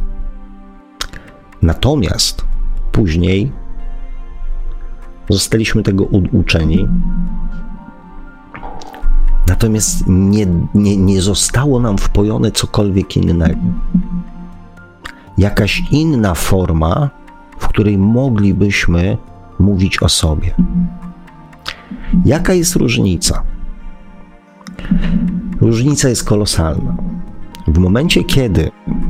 Natomiast później zostaliśmy tego uczeni. Natomiast nie zostało nam wpojone cokolwiek innego. Jakaś inna forma, w której moglibyśmy mówić o sobie. Jaka jest różnica? Różnica jest kolosalna. W momencie, kiedy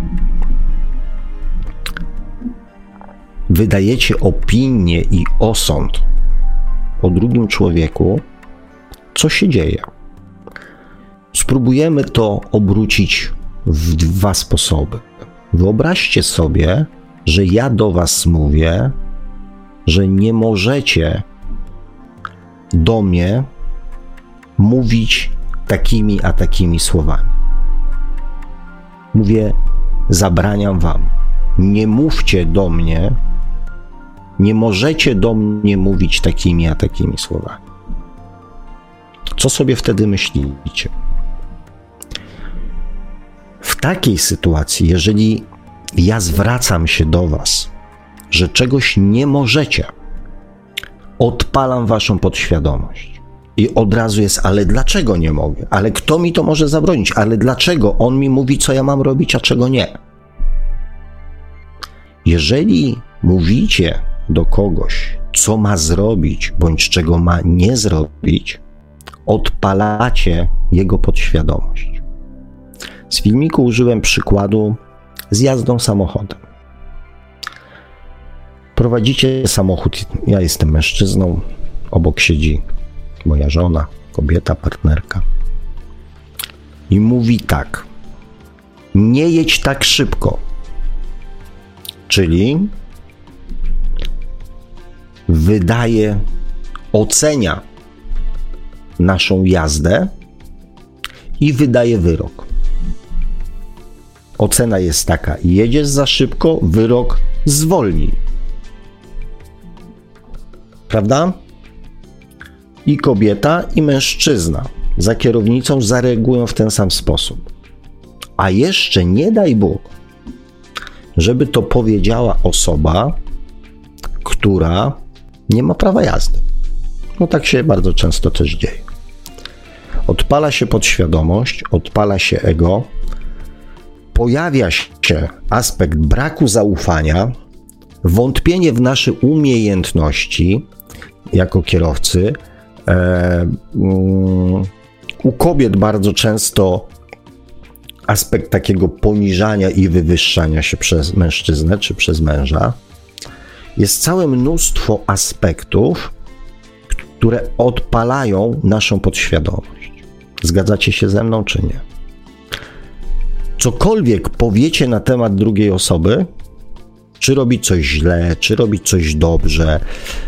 wydajecie opinię i osąd o drugim człowieku, co się dzieje? Spróbujemy to obrócić w dwa sposoby. Wyobraźcie sobie, że ja do was mówię, że nie możecie do mnie mówić takimi a takimi słowami. Mówię, zabraniam wam. Nie mówcie do mnie, nie możecie do mnie mówić takimi a takimi słowami. Co sobie wtedy myślicie? W takiej sytuacji, jeżeli ja zwracam się do was, że czegoś nie możecie, odpalam waszą podświadomość. I od razu jest, ale dlaczego nie mogę? Ale kto mi to może zabronić? Ale dlaczego on mi mówi, co ja mam robić, a czego nie? Jeżeli mówicie do kogoś, co ma zrobić, bądź czego ma nie zrobić, odpalacie jego podświadomość. Z filmiku użyłem przykładu z jazdą samochodem. Prowadzicie samochód, ja jestem mężczyzną, obok siedzi moja żona, kobieta, partnerka. I mówi tak, nie jedź tak szybko. Czyli ocenia naszą jazdę i wydaje wyrok. Ocena jest taka, jedziesz za szybko, wyrok zwolnij. Prawda? I kobieta, i mężczyzna za kierownicą zareagują w ten sam sposób. A jeszcze nie daj Bóg, żeby to powiedziała osoba, która nie ma prawa jazdy. No tak się bardzo często też dzieje. Odpala się podświadomość, odpala się ego, pojawia się aspekt braku zaufania, wątpienie w nasze umiejętności jako kierowcy, U kobiet bardzo często aspekt takiego poniżania i wywyższania się przez mężczyznę czy przez męża. Jest całe mnóstwo aspektów, które odpalają naszą podświadomość. Zgadzacie się ze mną, czy nie? Cokolwiek powiecie na temat drugiej osoby, czy robi coś źle, czy robi coś dobrze,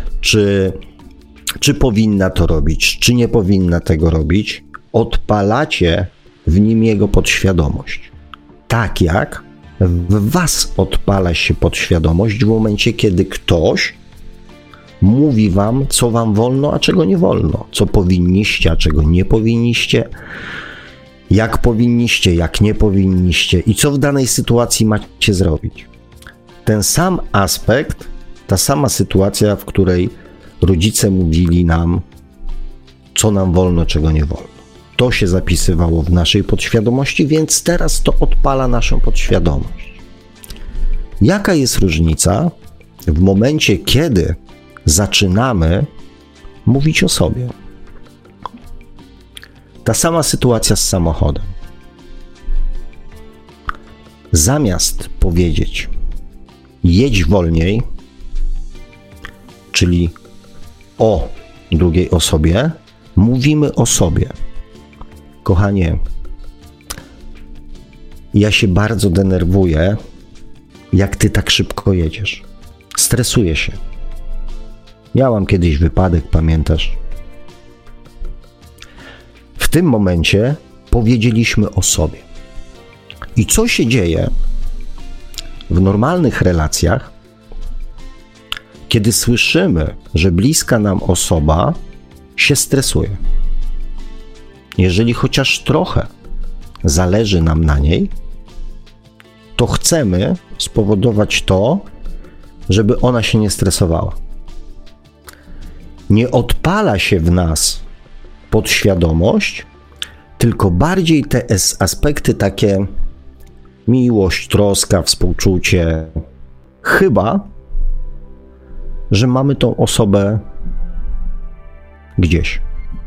czy powinna to robić, czy nie powinna tego robić, odpalacie w nim jego podświadomość. Tak jak w was odpala się podświadomość w momencie, kiedy ktoś mówi wam, co wam wolno, a czego nie wolno, co powinniście, a czego nie powinniście, jak nie powinniście i co w danej sytuacji macie zrobić. Ten sam aspekt, ta sama sytuacja, w której rodzice mówili nam, co nam wolno, czego nie wolno. To się zapisywało w naszej podświadomości, więc teraz to odpala naszą podświadomość. Jaka jest różnica w momencie, kiedy zaczynamy mówić o sobie? Ta sama sytuacja z samochodem. Zamiast powiedzieć jedź wolniej, czyli o drugiej osobie, mówimy o sobie. Kochanie, ja się bardzo denerwuję, jak ty tak szybko jedziesz. Stresuję się. Miałam kiedyś wypadek, pamiętasz? W tym momencie powiedzieliśmy o sobie. I co się dzieje w normalnych relacjach, kiedy słyszymy, że bliska nam osoba się stresuje? Jeżeli chociaż trochę zależy nam na niej, to chcemy spowodować to, żeby ona się nie stresowała. Nie odpala się w nas podświadomość, tylko bardziej te aspekty takie miłość, troska, współczucie. Chyba, że mamy tą osobę gdzieś.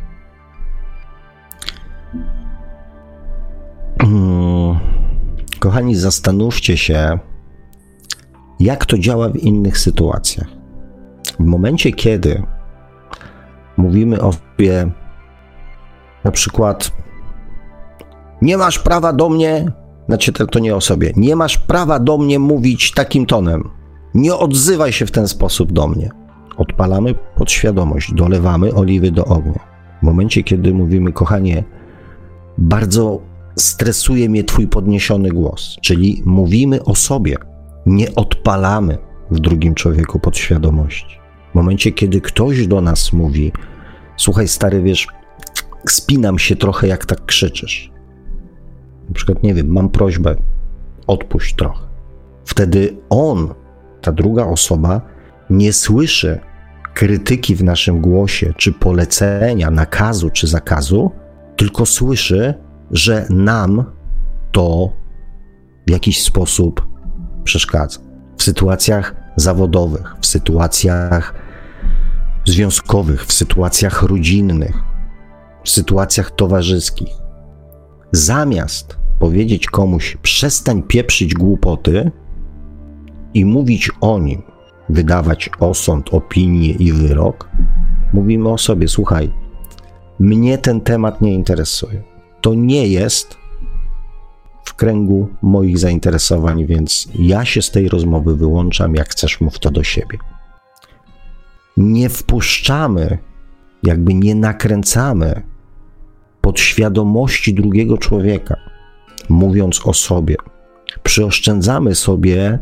Kochani, zastanówcie się, jak to działa w innych sytuacjach. W momencie, kiedy mówimy o sobie, na przykład nie masz prawa do mnie, znaczy to nie o sobie, nie masz prawa do mnie mówić takim tonem, nie odzywaj się w ten sposób do mnie. Odpalamy podświadomość, dolewamy oliwy do ognia. W momencie, kiedy mówimy, kochanie, bardzo stresuje mnie twój podniesiony głos, czyli mówimy o sobie, nie odpalamy w drugim człowieku podświadomości. W momencie, kiedy ktoś do nas mówi, słuchaj stary, wiesz, spinam się trochę, jak tak krzyczysz. Na przykład, nie wiem, mam prośbę, odpuść trochę. Wtedy on, ta druga osoba, nie słyszy krytyki w naszym głosie, czy polecenia, nakazu, czy zakazu, tylko słyszy, że nam to w jakiś sposób przeszkadza. W sytuacjach zawodowych, w sytuacjach związkowych, w sytuacjach rodzinnych, w sytuacjach towarzyskich. Zamiast powiedzieć komuś, przestań pieprzyć głupoty i mówić o nim, wydawać osąd, opinię i wyrok, mówimy o sobie, słuchaj, mnie ten temat nie interesuje. To nie jest w kręgu moich zainteresowań, więc ja się z tej rozmowy wyłączam, jak chcesz, mów to do siebie. Nie wpuszczamy, jakby nie nakręcamy podświadomości drugiego człowieka, mówiąc o sobie. Przyoszczędzamy sobie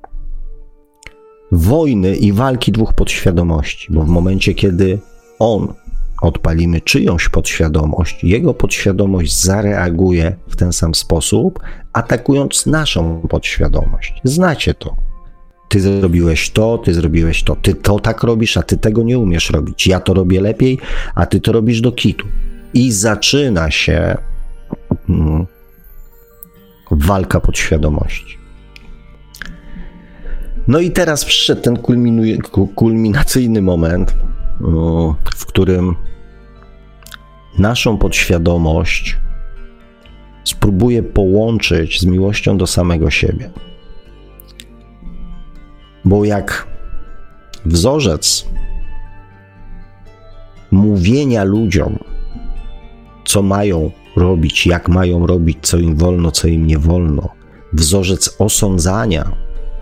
wojny i walki dwóch podświadomości, bo w momencie, kiedy odpalimy czyjąś podświadomość, jego podświadomość zareaguje w ten sam sposób, atakując naszą podświadomość. Znacie to. Ty zrobiłeś to, ty to tak robisz, a ty tego nie umiesz robić. Ja to robię lepiej, a ty to robisz do kitu. I zaczyna się walka podświadomości. No i teraz przyszedł ten kulminacyjny moment, w którym naszą podświadomość spróbuję połączyć z miłością do samego siebie. Bo jak wzorzec mówienia ludziom, co mają robić, jak mają robić, co im wolno, co im nie wolno, wzorzec osądzania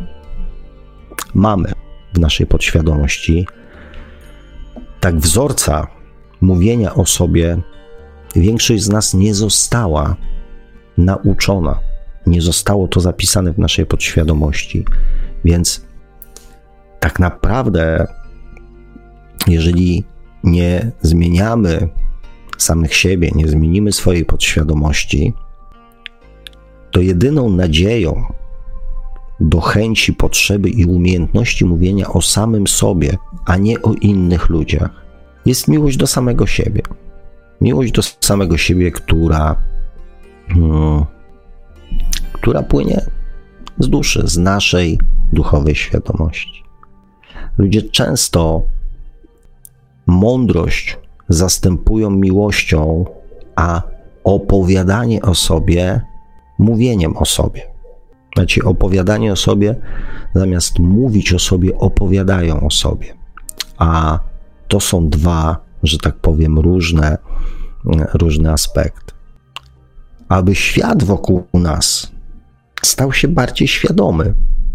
mamy w naszej podświadomości, tak wzorca mówienia o sobie większość z nas nie została nauczona. Nie zostało to zapisane w naszej podświadomości. Więc tak naprawdę, jeżeli nie zmieniamy samych siebie, nie zmienimy swojej podświadomości, to jedyną nadzieją do chęci, potrzeby i umiejętności mówienia o samym sobie, a nie o innych ludziach, jest miłość do samego siebie. Miłość do samego siebie, która płynie z duszy, z naszej duchowej świadomości. Ludzie często mądrość zastępują miłością, a opowiadanie o sobie mówieniem o sobie. Znaczy, opowiadanie o sobie, zamiast mówić o sobie, opowiadają o sobie. A to są dwa, że tak powiem, różne aspekty. Aby świat wokół nas stał się bardziej świadomy.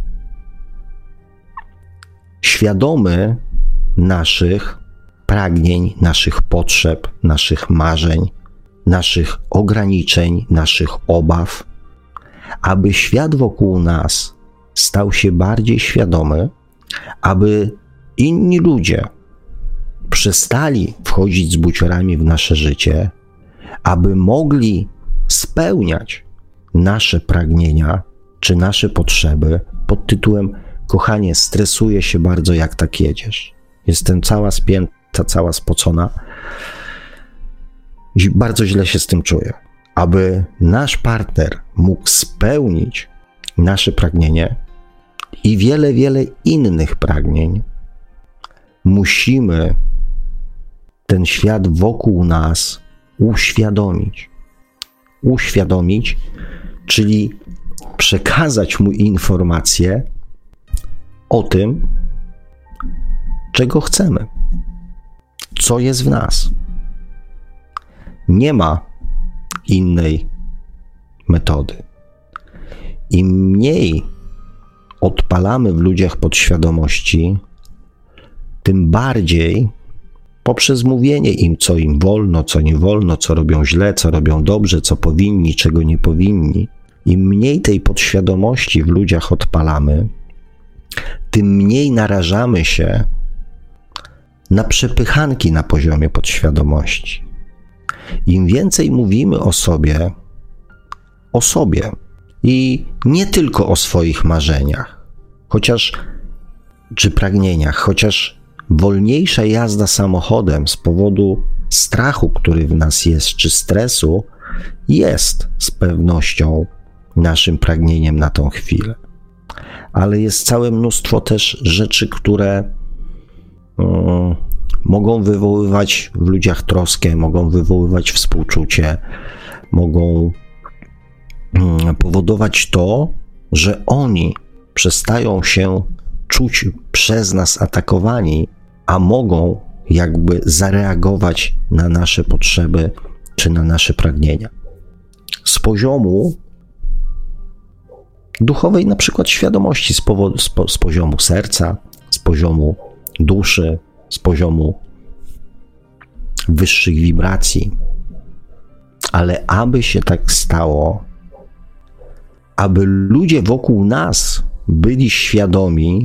Świadomy naszych pragnień, naszych potrzeb, naszych marzeń, naszych ograniczeń, naszych obaw. Aby świat wokół nas stał się bardziej świadomy, aby inni ludzie przestali wchodzić z buciorami w nasze życie, aby mogli spełniać nasze pragnienia czy nasze potrzeby pod tytułem: kochanie, stresuję się bardzo, jak tak jedziesz. Jestem cała spięta, cała spocona. I bardzo źle się z tym czuję. Aby nasz partner mógł spełnić nasze pragnienie i wiele, wiele innych pragnień, musimy ten świat wokół nas uświadomić, czyli przekazać mu informacje o tym, czego chcemy, co jest w nas. Nie ma innej metody. Im mniej odpalamy w ludziach podświadomości, tym bardziej poprzez mówienie im, co im wolno, co nie wolno, co robią źle, co robią dobrze, co powinni, czego nie powinni. Im mniej tej podświadomości w ludziach odpalamy, tym mniej narażamy się na przepychanki na poziomie podświadomości. Im więcej mówimy o sobie i nie tylko o swoich marzeniach, czy pragnieniach, chociaż wolniejsza jazda samochodem z powodu strachu, który w nas jest, czy stresu, jest z pewnością naszym pragnieniem na tą chwilę. Ale jest całe mnóstwo też rzeczy, które mogą wywoływać w ludziach troskę, mogą wywoływać współczucie, mogą powodować to, że oni przestają się czuć przez nas atakowani, a mogą jakby zareagować na nasze potrzeby czy na nasze pragnienia. Z poziomu duchowej na przykład świadomości, z poziomu serca, z poziomu duszy, z poziomu wyższych wibracji. Ale aby się tak stało, aby ludzie wokół nas byli świadomi,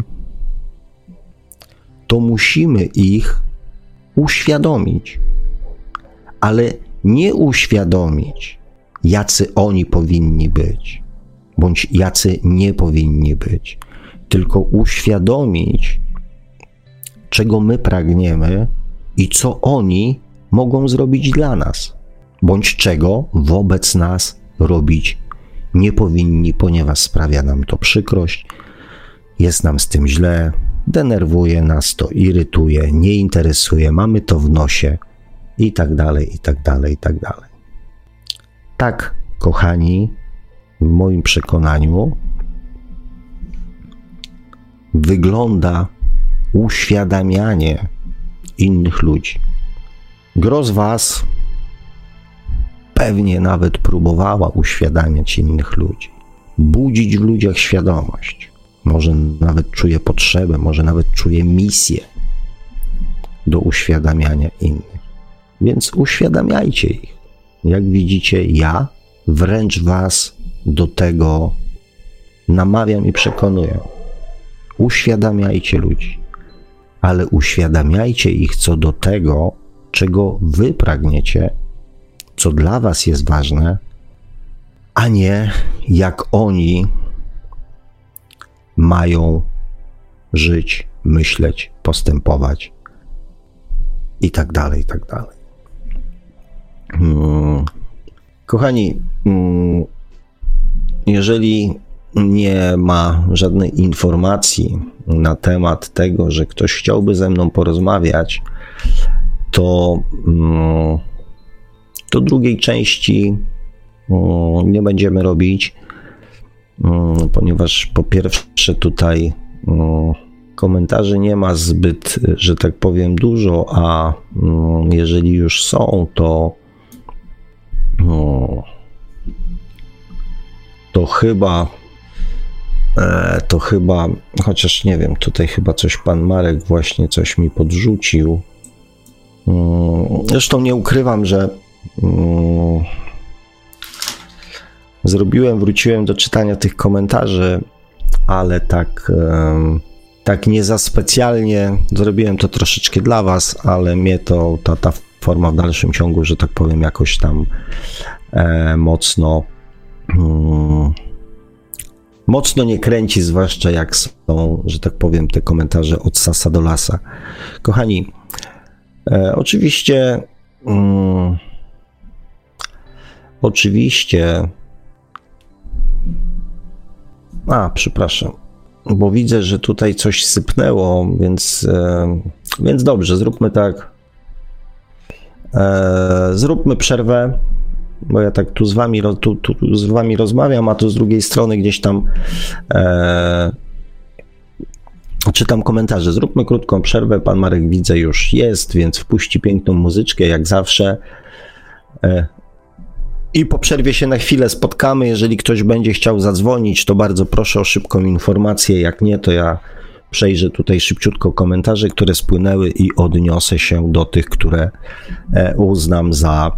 to musimy ich uświadomić. Ale nie uświadomić, jacy oni powinni być, bądź jacy nie powinni być, tylko uświadomić, czego my pragniemy i co oni mogą zrobić dla nas, bądź czego wobec nas robić nie powinni, ponieważ sprawia nam to przykrość, jest nam z tym źle, denerwuje nas to, irytuje, nie interesuje, mamy to w nosie i tak dalej, i tak dalej, i tak dalej. Tak, kochani, w moim przekonaniu wygląda uświadamianie innych ludzi. Gro z was pewnie nawet próbowała uświadamiać innych ludzi, budzić w ludziach świadomość. Może nawet czuje potrzebę, może nawet czuje misję do uświadamiania innych. Więc uświadamiajcie ich. Jak widzicie, ja wręcz was do tego namawiam i przekonuję. Uświadamiajcie ludzi, ale uświadamiajcie ich co do tego, czego wy pragniecie, co dla was jest ważne, a nie jak oni mają żyć, myśleć, postępować i tak dalej, i tak dalej. Kochani, jeżeli nie ma żadnej informacji na temat tego, że ktoś chciałby ze mną porozmawiać, to drugiej części nie będziemy robić, ponieważ po pierwsze tutaj komentarzy nie ma zbyt, że tak powiem, dużo, a jeżeli już są, to chyba, chociaż nie wiem, tutaj chyba coś pan Marek właśnie coś mi podrzucił. Zresztą nie ukrywam, że wróciłem do czytania tych komentarzy, ale tak nie za specjalnie. Zrobiłem to troszeczkę dla was, ale mnie to ta forma w dalszym ciągu, że tak powiem, jakoś tam mocno nie kręci, zwłaszcza jak są, że tak powiem, te komentarze od sasa do lasa. Kochani, oczywiście przepraszam, bo widzę, że tutaj coś sypnęło, więc dobrze, zróbmy tak. Zróbmy przerwę, bo ja tak tu z wami rozmawiam, a tu z drugiej strony gdzieś tam czytam komentarze. Zróbmy krótką przerwę. Pan Marek, widzę, już jest, więc wpuści piękną muzyczkę, jak zawsze. I po przerwie się na chwilę spotkamy. Jeżeli ktoś będzie chciał zadzwonić, to bardzo proszę o szybką informację. Jak nie, to ja przejrzę tutaj szybciutko komentarze, które spłynęły i odniosę się do tych, które uznam za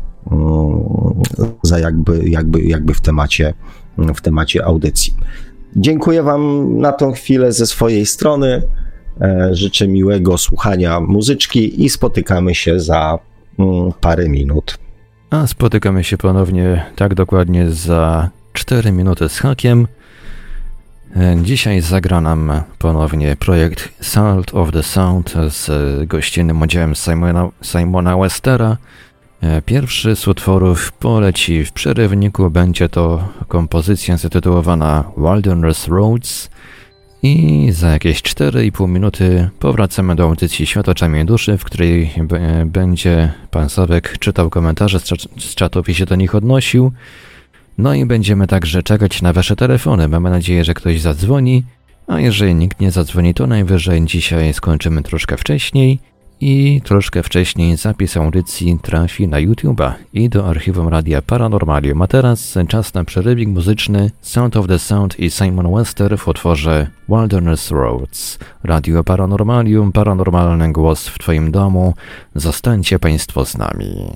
jakby w temacie audycji. Dziękuję wam na tą chwilę ze swojej strony. Życzę miłego słuchania muzyczki i spotykamy się za parę minut. A spotykamy się ponownie tak dokładnie za 4 minuty z hakiem. Dzisiaj zagra nam ponownie projekt Salt of the Sound z gościnnym udziałem Simona Westera. Pierwszy z utworów poleci w przerywniku. Będzie to kompozycja zatytułowana Wilderness Roads. I za jakieś 4,5 minuty powracamy do audycji Świat oczami duszy, w której będzie pan Sławek czytał komentarze z czatów i się do nich odnosił. No i będziemy także czekać na wasze telefony. Mamy nadzieję, że ktoś zadzwoni, a jeżeli nikt nie zadzwoni, to najwyżej dzisiaj skończymy troszkę wcześniej i troszkę wcześniej zapis audycji trafi na YouTube'a i do archiwum Radia Paranormalium. A teraz czas na przerywnik muzyczny Sound of the Sound i Simon Wester w utworze Wilderness Roads. Radio Paranormalium, paranormalny głos w twoim domu. Zostańcie państwo z nami.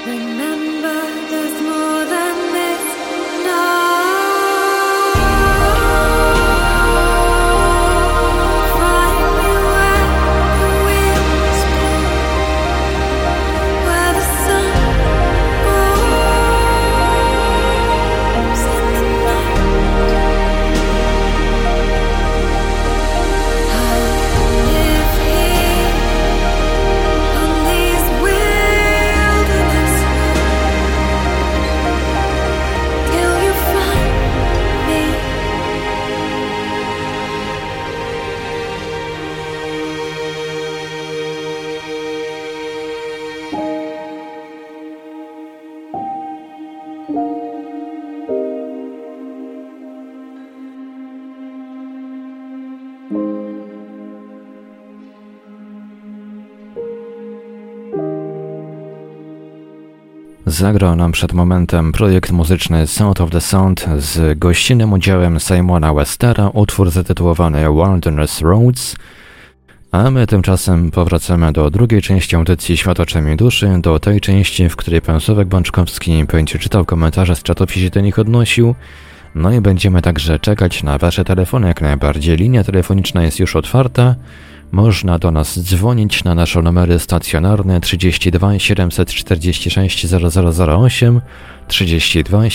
Zagrał nam przed momentem projekt muzyczny Sound of the Sound z gościnnym udziałem Simona Westera, utwór zatytułowany Wilderness Roads, a my tymczasem powracamy do drugiej części audycji Świat oczami duszy, do tej części, w której pan Sławek Bączkowski będzie czytał komentarze z czatów i się do nich odnosił. No i będziemy także czekać na wasze telefony jak najbardziej. Linia telefoniczna jest już otwarta. Można do nas dzwonić na nasze numery stacjonarne 32 746 0008, 32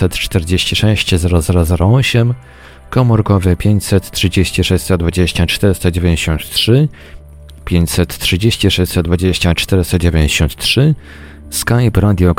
746 0008, komórkowy 536 620 493, 536 620 493, skype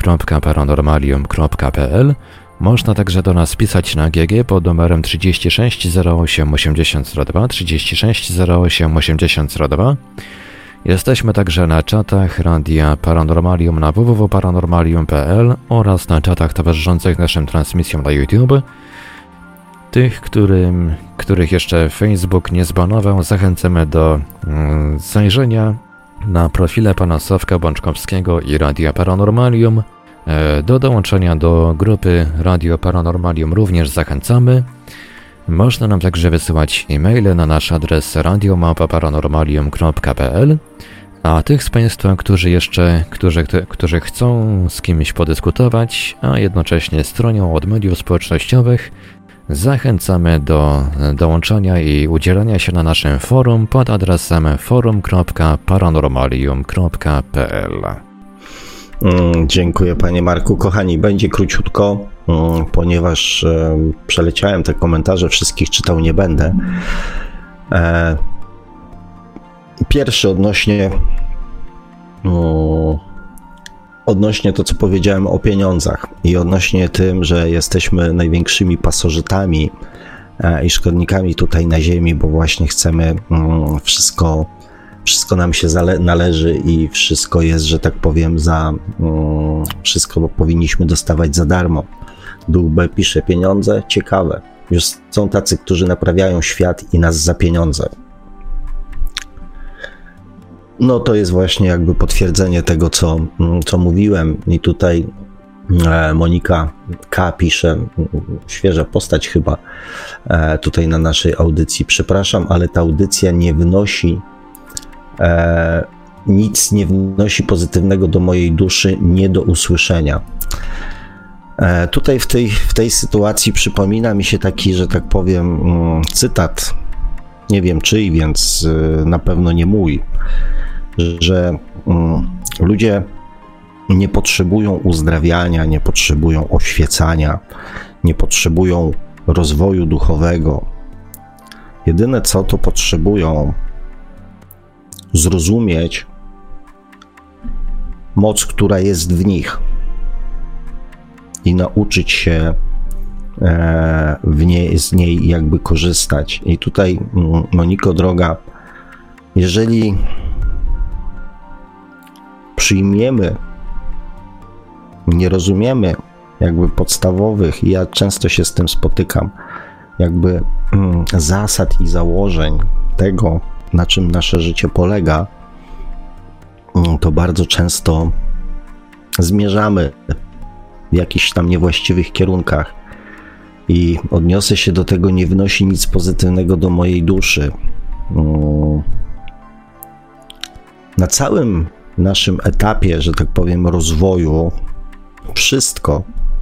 radio.paranormalium.pl. Można także do nas pisać na GG pod numerem 36 08 8002, 36 08 8002. Jesteśmy także na czatach Radia Paranormalium na www.paranormalium.pl oraz na czatach towarzyszących naszym transmisjom na YouTube. Tych, których jeszcze Facebook nie zbanował, zachęcamy do zajrzenia na profile pana Sławka Bączkowskiego i Radia Paranormalium. Do dołączenia do grupy Radio Paranormalium również zachęcamy. Można nam także wysyłać e-maile na nasz adres radio@paranormalium.pl. A tych z Państwa, którzy chcą z kimś podyskutować, a jednocześnie stronią od mediów społecznościowych, zachęcamy do dołączania i udzielania się na naszym forum pod adresem forum.paranormalium.pl. Dziękuję panie Marku. Kochani, będzie króciutko, ponieważ przeleciałem te komentarze, wszystkich czytał nie będę. Pierwszy odnośnie to, co powiedziałem o pieniądzach i odnośnie tym, że jesteśmy największymi pasożytami i szkodnikami tutaj na ziemi, bo właśnie chcemy wszystko nam się należy i wszystko jest, że tak powiem, wszystko powinniśmy dostawać za darmo. Duch B pisze pieniądze, ciekawe. Już są tacy, którzy naprawiają świat i nas za pieniądze. No to jest właśnie jakby potwierdzenie tego, co mówiłem. I tutaj Monika K. pisze, świeża postać chyba tutaj na naszej audycji. Przepraszam, ale ta audycja nie wnosi nic nie wnosi pozytywnego do mojej duszy, nie do usłyszenia. Tutaj w tej sytuacji przypomina mi się taki, że tak powiem, cytat, nie wiem czyj, więc na pewno nie mój, że ludzie nie potrzebują uzdrawiania, nie potrzebują oświecania, nie potrzebują rozwoju duchowego. Jedyne co to potrzebują zrozumieć moc, która jest w nich i nauczyć się z niej jakby korzystać. I tutaj, Moniko droga, jeżeli przyjmiemy, nie rozumiemy jakby podstawowych, i ja często się z tym spotykam, jakby zasad i założeń tego, na czym nasze życie polega, to bardzo często zmierzamy w jakichś tam niewłaściwych kierunkach i odniosę się do tego, nie wnosi nic pozytywnego do mojej duszy. Na całym naszym etapie, że tak powiem, rozwoju, wszystko,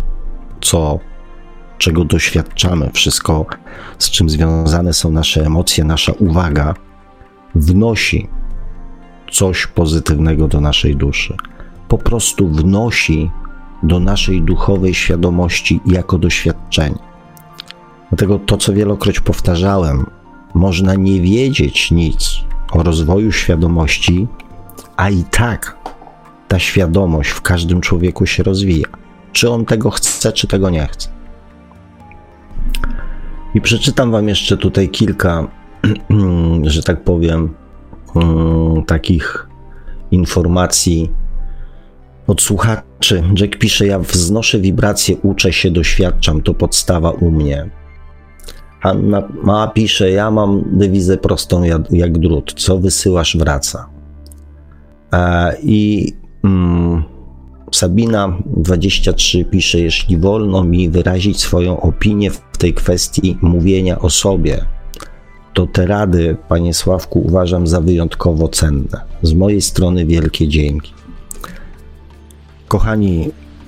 czego doświadczamy, wszystko, z czym związane są nasze emocje, nasza uwaga, wnosi coś pozytywnego do naszej duszy. Po prostu wnosi do naszej duchowej świadomości jako doświadczenie. Dlatego to, co wielokroć powtarzałem, można nie wiedzieć nic o rozwoju świadomości, a i tak ta świadomość w każdym człowieku się rozwija. Czy on tego chce, czy tego nie chce. I przeczytam wam jeszcze tutaj kilka, że tak powiem, takich informacji od słuchaczy. Jack pisze: ja wznoszę wibracje, uczę się, doświadczam, to podstawa u mnie. Hanna pisze: ja mam dewizę prostą jak drut, co wysyłasz, wraca. Sabina 23 pisze: jeśli wolno mi wyrazić swoją opinię w tej kwestii mówienia o sobie, to te rady, panie Sławku, uważam za wyjątkowo cenne. Z mojej strony wielkie dzięki. Kochani,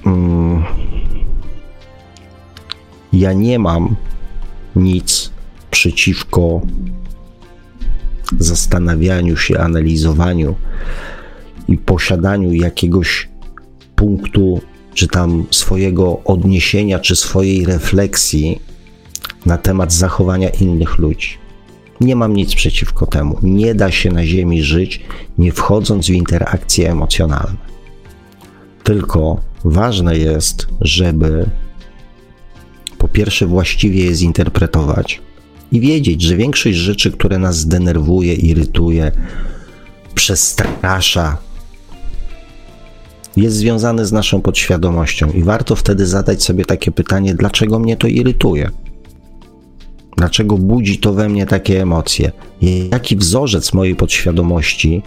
ja nie mam nic przeciwko zastanawianiu się, analizowaniu i posiadaniu jakiegoś punktu, czy tam swojego odniesienia, czy swojej refleksji na temat zachowania innych ludzi. Nie mam nic przeciwko temu. Nie da się na ziemi żyć, nie wchodząc w interakcje emocjonalne. Tylko ważne jest, żeby po pierwsze właściwie je zinterpretować i wiedzieć, że większość rzeczy, które nas denerwuje, irytuje, przestrasza, jest związane z naszą podświadomością i warto wtedy zadać sobie takie pytanie, dlaczego mnie to irytuje? Dlaczego budzi to we mnie takie emocje? Jaki wzorzec mojej podświadomości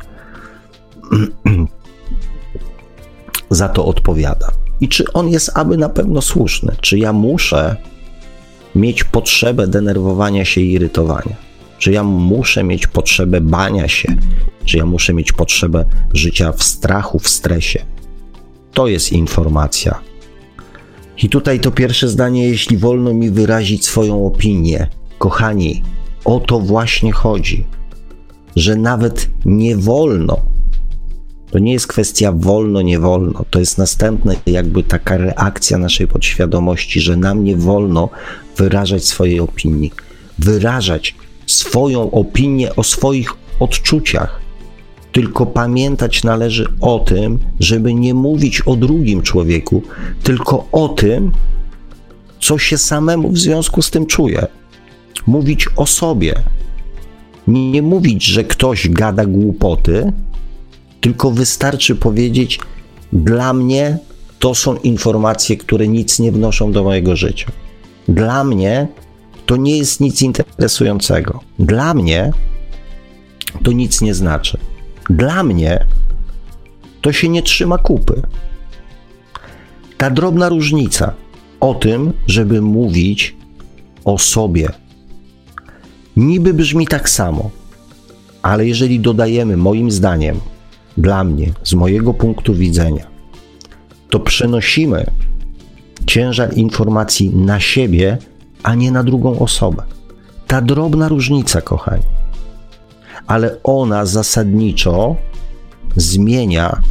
za to odpowiada? I czy on jest aby na pewno słuszny? Czy ja muszę mieć potrzebę denerwowania się i irytowania? Czy ja muszę mieć potrzebę bania się? Czy ja muszę mieć potrzebę życia w strachu, w stresie? To jest informacja. I tutaj to pierwsze zdanie: jeśli wolno mi wyrazić swoją opinię. Kochani, o to właśnie chodzi, że nawet nie wolno. To nie jest kwestia wolno, nie wolno. To jest następna jakby taka reakcja naszej podświadomości, że nam nie wolno wyrażać swojej opinii. Wyrażać swoją opinię o swoich odczuciach. Tylko pamiętać należy o tym, żeby nie mówić o drugim człowieku, tylko o tym, co się samemu w związku z tym czuje. Mówić o sobie. Nie mówić, że ktoś gada głupoty, tylko wystarczy powiedzieć: dla mnie to są informacje, które nic nie wnoszą do mojego życia. Dla mnie to nie jest nic interesującego. Dla mnie to nic nie znaczy. Dla mnie to się nie trzyma kupy. Ta drobna różnica o tym, żeby mówić o sobie, niby brzmi tak samo, ale jeżeli dodajemy, moim zdaniem, dla mnie, z mojego punktu widzenia, to przenosimy ciężar informacji na siebie, a nie na drugą osobę. Ta drobna różnica, kochani, ale ona zasadniczo zmienia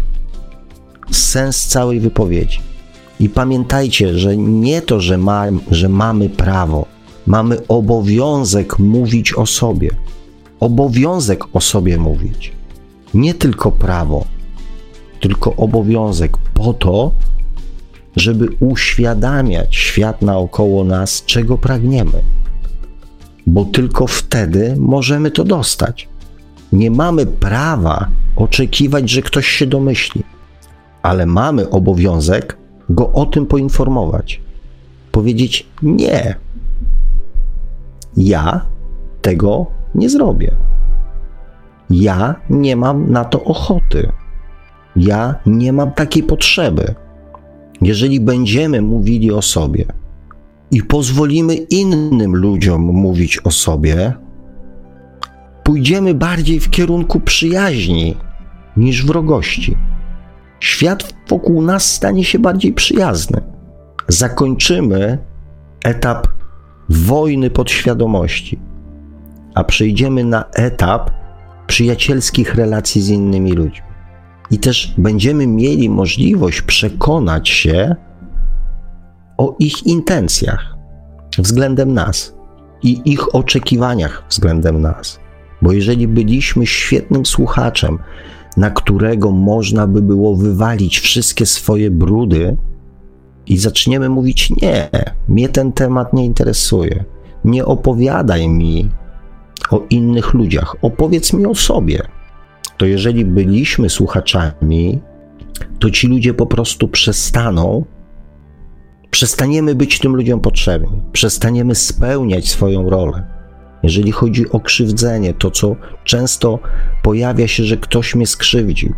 sens całej wypowiedzi. I pamiętajcie, że nie to, że mamy prawo, mamy obowiązek mówić o sobie. Obowiązek o sobie mówić. Nie tylko prawo, tylko obowiązek po to, żeby uświadamiać świat naokoło nas, czego pragniemy. Bo tylko wtedy możemy to dostać. Nie mamy prawa oczekiwać, że ktoś się domyśli, ale mamy obowiązek go o tym poinformować. Powiedzieć: nie, ja tego nie zrobię. Ja nie mam na to ochoty. Ja nie mam takiej potrzeby. Jeżeli będziemy mówili o sobie i pozwolimy innym ludziom mówić o sobie, pójdziemy bardziej w kierunku przyjaźni niż wrogości. Świat wokół nas stanie się bardziej przyjazny. Zakończymy etap wojny podświadomości, a przejdziemy na etap przyjacielskich relacji z innymi ludźmi. I też będziemy mieli możliwość przekonać się o ich intencjach względem nas i ich oczekiwaniach względem nas. Bo jeżeli byliśmy świetnym słuchaczem, na którego można by było wywalić wszystkie swoje brudy i zaczniemy mówić: nie, mnie ten temat nie interesuje, nie opowiadaj mi o innych ludziach, opowiedz mi o sobie. To jeżeli byliśmy słuchaczami, to ci ludzie po prostu przestaniemy być tym ludziom potrzebni, przestaniemy spełniać swoją rolę. Jeżeli chodzi o krzywdzenie, to co często pojawia się, że ktoś mnie skrzywdził,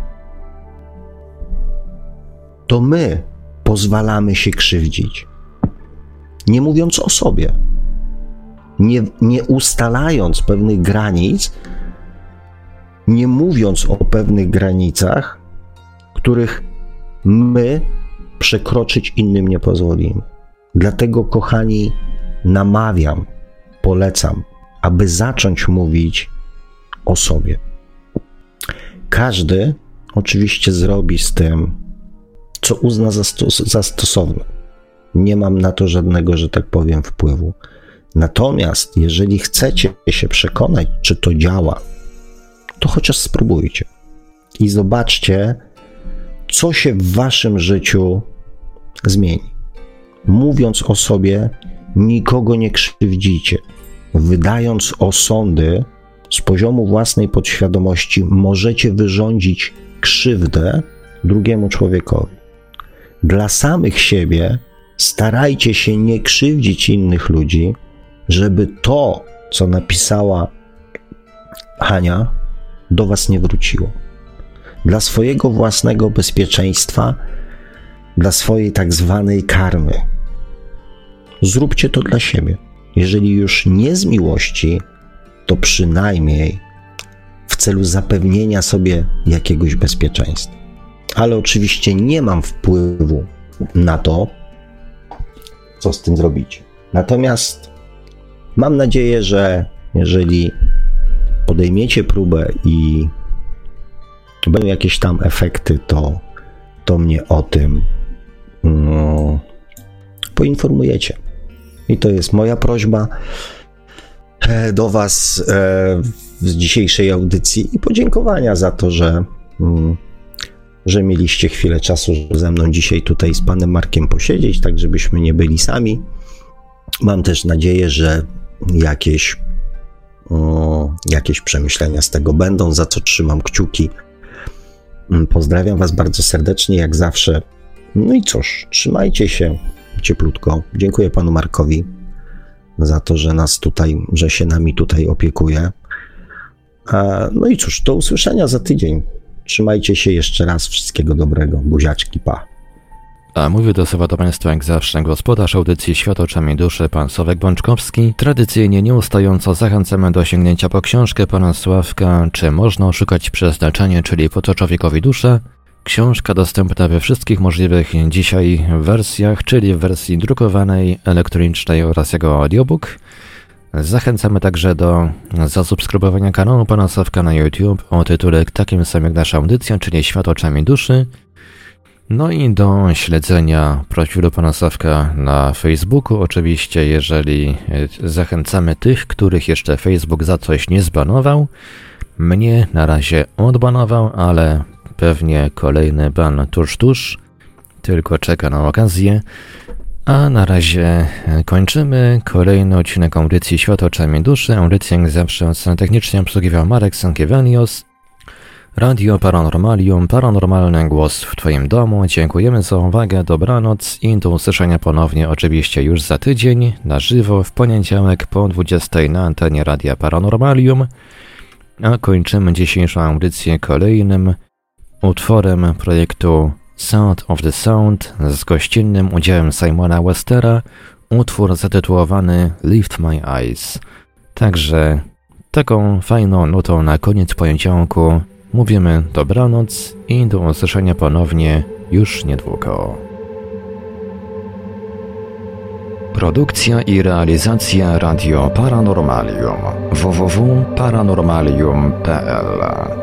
to my pozwalamy się krzywdzić, nie mówiąc o sobie, nie ustalając pewnych granic, nie mówiąc o pewnych granicach, których my przekroczyć innym nie pozwolimy. Dlatego, kochani, namawiam, polecam, aby zacząć mówić o sobie. Każdy oczywiście zrobi z tym, co uzna za stosowne. Nie mam na to żadnego, że tak powiem, wpływu. Natomiast jeżeli chcecie się przekonać, czy to działa, to chociaż spróbujcie i zobaczcie, co się w waszym życiu zmieni. Mówiąc o sobie, nikogo nie krzywdzicie. Wydając osądy z poziomu własnej podświadomości, możecie wyrządzić krzywdę drugiemu człowiekowi. Dla samych siebie starajcie się nie krzywdzić innych ludzi, żeby to, co napisała Hania, do was nie wróciło. Dla swojego własnego bezpieczeństwa, dla swojej tak zwanej karmy. Zróbcie to dla siebie. Jeżeli już nie z miłości, to przynajmniej w celu zapewnienia sobie jakiegoś bezpieczeństwa. Ale oczywiście nie mam wpływu na to, co z tym zrobicie. Natomiast mam nadzieję, że jeżeli podejmiecie próbę i będą jakieś tam efekty, to mnie o tym poinformujecie. I to jest moja prośba do was z dzisiejszej audycji i podziękowania za to, że mieliście chwilę czasu, żeby ze mną dzisiaj tutaj z panem Markiem posiedzieć, tak żebyśmy nie byli sami. Mam też nadzieję, że jakieś przemyślenia z tego będą, za co trzymam kciuki. Pozdrawiam was bardzo serdecznie, jak zawsze. No i cóż, trzymajcie się cieplutko. Dziękuję panu Markowi za to, że się nami tutaj opiekuje. No i cóż, do usłyszenia za tydzień. Trzymajcie się jeszcze raz. Wszystkiego dobrego. Buziaczki, pa. A mówił do słowa do państwa jak zawsze gospodarz audycji Świat oczami duszy, pan Sławek Bączkowski. Tradycyjnie nieustająco zachęcamy do sięgnięcia po książkę pana Sławka Czy można oszukać przeznaczenie, czyli Po co człowiekowi duszę? Książka dostępna we wszystkich możliwych dzisiaj wersjach, czyli w wersji drukowanej, elektronicznej oraz jako audiobook. Zachęcamy także do zasubskrybowania kanału pana Sławka na YouTube o tytule takim samym jak nasza audycja, czyli Świat oczami duszy. No i do śledzenia profilu pana Sławka na Facebooku. Oczywiście, jeżeli zachęcamy tych, których jeszcze Facebook za coś nie zbanował. Mnie na razie odbanował, ale pewnie kolejny ban tuż, tylko czeka na okazję. A na razie kończymy kolejny odcinek audycji Świat oczami duszy. Audycję jak zawsze od strony technicznie obsługiwał Marek Sankiewelios. Radio Paranormalium, paranormalny głos w twoim domu. Dziękujemy za uwagę, dobranoc i do usłyszenia ponownie oczywiście już za tydzień, na żywo, w poniedziałek po 20 na antenie Radia Paranormalium. A kończymy dzisiejszą audycję kolejnym utworem projektu Sound of the Sound z gościnnym udziałem Simona Westera, utwór zatytułowany Lift My Eyes. Także taką fajną nutą na koniec poniedziałku Mówimy dobranoc i do usłyszenia ponownie już niedługo. Produkcja i realizacja Radio Paranormalium www.paranormalium.pl